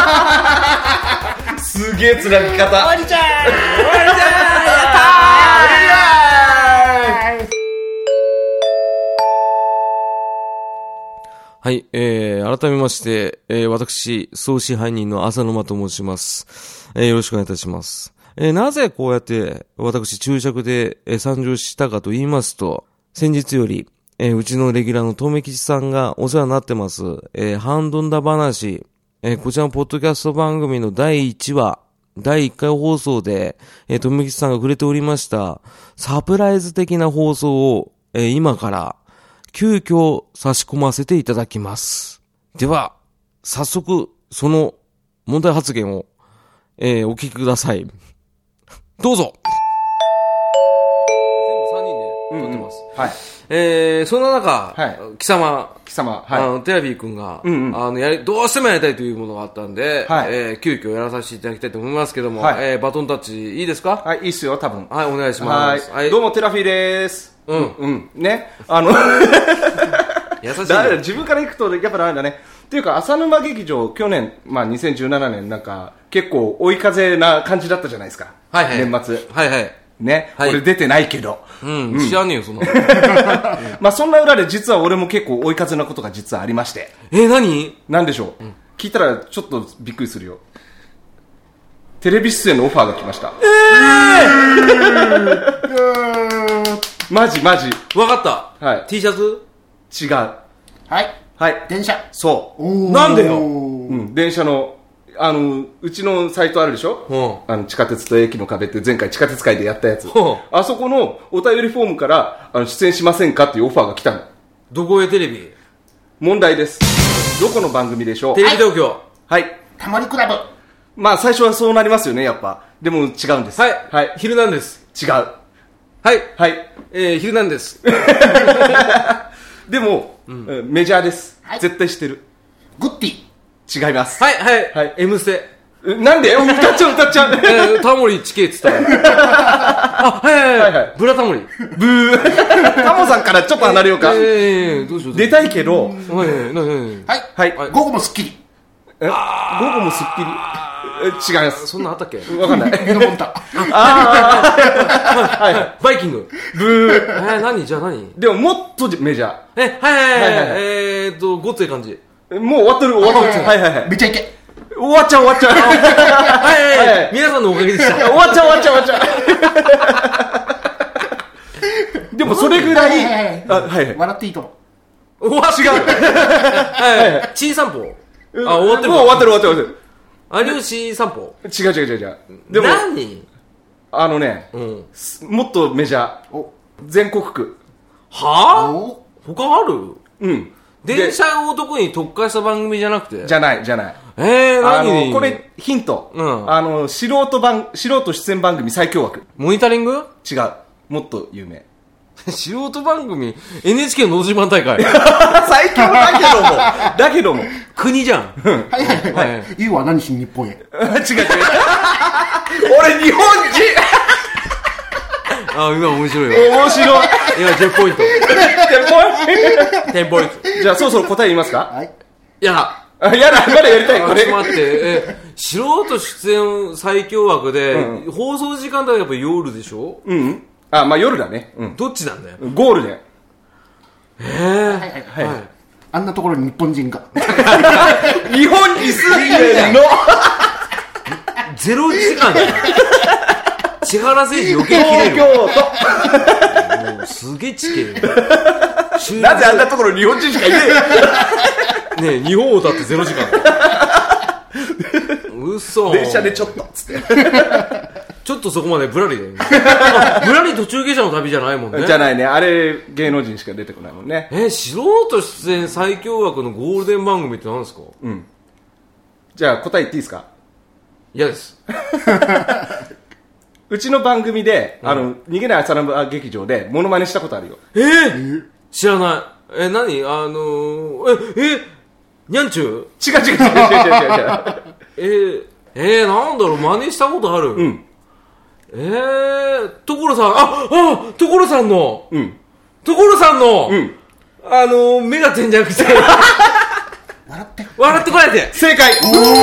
Speaker 2: ー。すげえつなぎ方。終わりちゃー。終わりちゃー。やったー。
Speaker 1: はい、えー、改めまして、えー、私、総支配人の浅沼と申します。えー、よろしくお願いいたします。えー、なぜこうやって、私、注釈で、えー、参上したかと言いますと、先日より、えー、うちのレギュラーのとめきちさんがお世話になってます、えー、ハンドンダ話、えー、こちらのポッドキャスト番組のだいいちわ、だいいっかい放送で、えー、とめきちさんが触れておりました、サプライズ的な放送を、えー、今から、急遽差し込ませていただきます。では、早速、その問題発言を、えー、お聞きください。どうぞ。全部さんにんで撮ってます。うんうん、はい。えー、そんな中、はい、貴様、
Speaker 2: 貴様、はい、
Speaker 1: あの、テラビー君が、うんうん、あの、やり、どうしてもやりたいというものがあったんで、はい、えー、急遽やらさせていただきたいと思いますけども、はい、えー、バトンタッチいいですか？
Speaker 2: はい、いいっすよ、多分。
Speaker 1: はい、お願いします。
Speaker 2: はい。どうも、テラフィーでーす。うん。うん。ね。あの、
Speaker 1: 優しい。
Speaker 2: だ自分から行くと、やっぱなんだね。っていうか、浅沼劇場、去年、まあ、にせんじゅうななねんなんか、結構追い風な感じだったじゃないですか。
Speaker 1: はいはい。
Speaker 2: 年末。
Speaker 1: はいはい。
Speaker 2: ね。はい、俺出てないけど。
Speaker 1: うん。うん、知らねえよ、そんなの。
Speaker 2: まあ、そんな裏で実は俺も結構追い風なことが実はありまして。
Speaker 1: えー、何？
Speaker 2: なんでしょう、うん、聞いたらちょっとびっくりするよ。テレビ出演のオファーが来ました。えーマジマジ。
Speaker 1: わかった。
Speaker 2: はい。
Speaker 1: T シャツ？
Speaker 2: 違う。
Speaker 3: はい。
Speaker 2: はい。
Speaker 3: 電車。
Speaker 2: そう。
Speaker 1: なんでよ。
Speaker 2: うん。電車の、あの、うちのサイトあるでしょ？うん。あの、地下鉄と駅の壁って前回地下鉄会でやったやつ。あそこのお便りフォームから、あの、出演しませんかっていうオファーが来たの。
Speaker 1: どこへテレビ？
Speaker 2: 問題です。どこの番組でしょう？
Speaker 1: テレビ東京。
Speaker 2: はい。
Speaker 3: タモリクラブ。
Speaker 2: まあ、最初はそうなりますよね、やっぱ。でも違うんです。
Speaker 1: はい。はい。ヒルナンデス。
Speaker 2: 違う。
Speaker 1: はい。
Speaker 2: はい。
Speaker 1: えー、ヒルナンデス。
Speaker 2: でも、うん、メジャーです、はい。絶対知ってる。
Speaker 3: グッテ
Speaker 2: ィ。違います。
Speaker 1: はい、はい。はい。M ステ。
Speaker 2: なんで歌っちゃう、歌っちゃう。
Speaker 1: えー、タモリチケって言ったら。あ、はいはいはい。はい、ブラタモリ。
Speaker 2: ブー。タモさんからちょっと離れようか。
Speaker 1: えー、えー、どうしよう。
Speaker 2: 出たいけど。はい、
Speaker 3: はい。はい。午後もスッキリ。
Speaker 2: え午後もスッキリ。違います。
Speaker 1: そんなあったっけ？
Speaker 2: わかんない。
Speaker 3: ヘノモンタ。
Speaker 2: ああ。はい。
Speaker 1: バイキング。
Speaker 2: ブー。
Speaker 1: えー、何じゃあ何？
Speaker 2: でももっとメジャー。
Speaker 1: え、はいはいはい。えーっと、ごっつい感じ。
Speaker 2: もう終わってる、終わってる。はいはいはい。
Speaker 3: めっちゃいけ。
Speaker 2: 終わっちゃう、終わっちゃう。
Speaker 1: はいはい。皆さんのおかげでした。
Speaker 2: 終わっちゃう、終わっちゃう、終わっちゃう。でもそれぐらい。
Speaker 3: あ、はいはい。笑っていいと思
Speaker 1: う。終わ違う。はいはい。チー散歩。あ、終わってる。
Speaker 2: もう終わってる、終わってる、終わってる。
Speaker 1: 有吉散歩。
Speaker 2: 違う違う違う違う。
Speaker 1: でも何？
Speaker 2: あのね、うん、もっとメジャー。全国区。
Speaker 1: はぁ？他ある？
Speaker 2: うん。
Speaker 1: 電車男に特化した番組じゃなくて？
Speaker 2: じゃない、じゃない。
Speaker 1: えー、何？
Speaker 2: あの、これ、ヒント。うん。あの、素人番、素人出演番組最強枠。
Speaker 1: モニタリング？
Speaker 2: 違う。もっと有名。
Speaker 1: 素人番組 エヌエイチケー ののど自慢大会
Speaker 2: 最強だけどもだけども
Speaker 1: 国じゃん。
Speaker 3: はいはいはい。ユウは何しに日本へ。違う違う。
Speaker 2: 俺日本人。
Speaker 1: あ、今面白いわ。
Speaker 2: 面白い。
Speaker 1: 今じゅうポイント。じゅうポイント。
Speaker 2: じゃあそろそろ答え言いますか？
Speaker 3: はい。
Speaker 1: やだ。
Speaker 2: あ、やだ。まだやりたい。これ。
Speaker 1: ちょっと待って。え、素人出演最強枠で、うん、放送時間帯はやっぱ夜でしょ？
Speaker 2: うん。あ、まあ夜だね。
Speaker 1: うん。どっちなんだよ。
Speaker 2: ゴールデン。
Speaker 1: へえ。
Speaker 3: はいはいはい。あんなところに日本人が。
Speaker 2: 日本に住んでんの。
Speaker 1: ゼロ時間だよ。千原誠二余計切れる。
Speaker 2: 東京
Speaker 1: 都。もうすげえ地形。
Speaker 2: なぜあんなところに日本人しかいね
Speaker 1: え。ねえ、日本を歌ってゼロ時間。嘘。
Speaker 2: 電車でちょっとつって。
Speaker 1: ちょっとそこまでブラリだよね。ブラリ途中下車の旅じゃないもんね。
Speaker 2: じゃないね。あれ芸能人しか出てこないもんね。
Speaker 1: え、素人出演最強枠のゴールデン番組って何ですか？
Speaker 2: うん。じゃあ答え言っていいですか？
Speaker 1: 嫌です。
Speaker 2: うちの番組で、うん、あの逃げない朝の劇場でモノマネしたことあるよ。
Speaker 1: えー、 知らない。え、何あのー、え、え、にゃんちゅう
Speaker 2: 違う違う違う違う違う違う。
Speaker 1: えー、えー、なんだろう、真似したことある。
Speaker 2: うん。
Speaker 1: えー、所さん、あ、あ、所さんの、
Speaker 2: うん。
Speaker 1: 所さんの、
Speaker 2: うん。
Speaker 1: あのー、目が点じゃなくて、
Speaker 3: 笑って。
Speaker 1: 笑ってこないで。
Speaker 2: 正解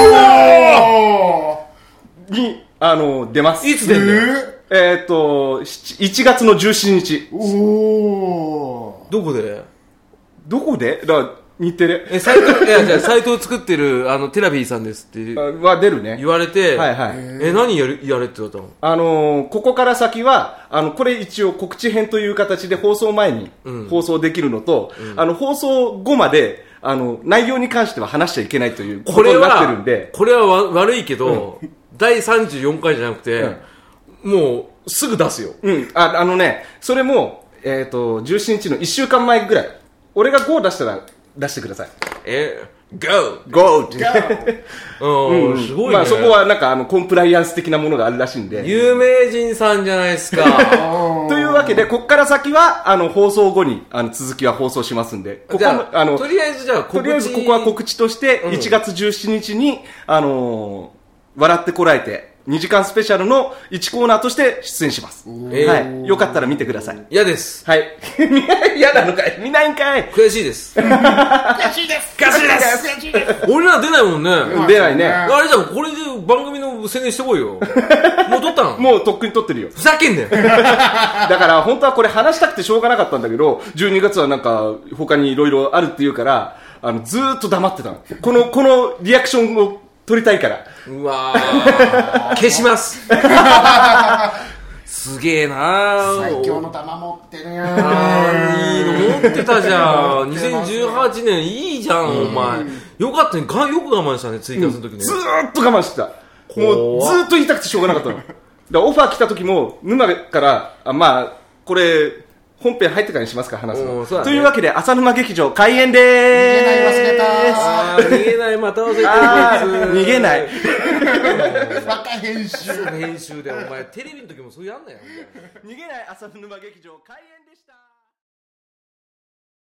Speaker 2: に、あの、出ます。
Speaker 1: いつ出んの？
Speaker 2: えっと、いちがつのじゅうしちにち。
Speaker 3: おー。
Speaker 1: どこで？
Speaker 2: どこで？だから日テレ。
Speaker 1: え、サイト、いや、じゃあサイトを作ってる、あの、テラビーさんですって
Speaker 2: は出るね。
Speaker 1: 言われて、
Speaker 2: はいはい。
Speaker 1: え、何やる、やれって言われたの？
Speaker 2: あのー、ここから先は、あの、これ一応告知編という形で放送前に放送できるのと、うん、あの、放送後まで、あの、内容に関しては話しちゃいけないということになってるんで。
Speaker 1: これは、これは悪いけど、うん、だいさんじゅうよんかいじゃなくて、うん、もう、すぐ出すよ。
Speaker 2: うん。あ、あのね、それも、えっと、じゅうしちにちのいっしゅうかんまえぐらい。俺がごを出したら出してください。
Speaker 1: え、ゴー
Speaker 2: ゴーって。
Speaker 1: うん、すごいね。
Speaker 2: まあそこはなんかあの、コンプライアンス的なものがあるらしいんで。
Speaker 1: 有名人さんじゃないですか。
Speaker 2: というわけで、こっから先は、あの、放送後に、あの、続きは放送しますんで。ここも、
Speaker 1: あの、とりあえずじゃあ告知。
Speaker 2: とりあえずここは告知として、いちがつじゅうしちにちに、あのー、笑ってこらえて、にじかんスペシャルのいちコーナーとして出演します。はい。よかったら見てください。
Speaker 1: 嫌です。
Speaker 2: はい。嫌なのかい？見ないんかい？
Speaker 1: 悔しいです。
Speaker 3: 悔しいです。
Speaker 1: 悔しいです。悔しいです。俺ら出ないもんね。
Speaker 2: 出ないね。
Speaker 1: あれじゃん、これで番組の宣伝してこいよ。もう撮ったの？
Speaker 2: もうとっくに撮ってるよ。
Speaker 1: ふざけんなよ。だ
Speaker 2: から本当はこれ話したくてしょうがなかったんだけど、じゅうにがつはなんか他にいろいろあるっていうから、あの、ずーっと黙ってたの。この、このリアクションを撮りたいから。
Speaker 1: うわー消しますすげえなー
Speaker 3: 最強の玉持ってるやん。
Speaker 1: あーいいの持ってたじゃんにせんじゅうはちねんいいじゃんお前よかったねがよく我慢したねツイキャスの時ね、
Speaker 2: うん、ずーっと我慢してたもうずーっと言いたくてしょうがなかったのだからオファー来た時も沼からあまあこれ本編入ってからにしますか話すの、ね、というわけで浅沼劇場開演でーす。
Speaker 3: 逃げない忘れた
Speaker 1: ー逃げないまた忘れた
Speaker 2: 逃げない
Speaker 3: バカ編集
Speaker 1: 編集でお前テレビの時もそうやんなよ
Speaker 2: 逃げない浅沼劇場開演でーす。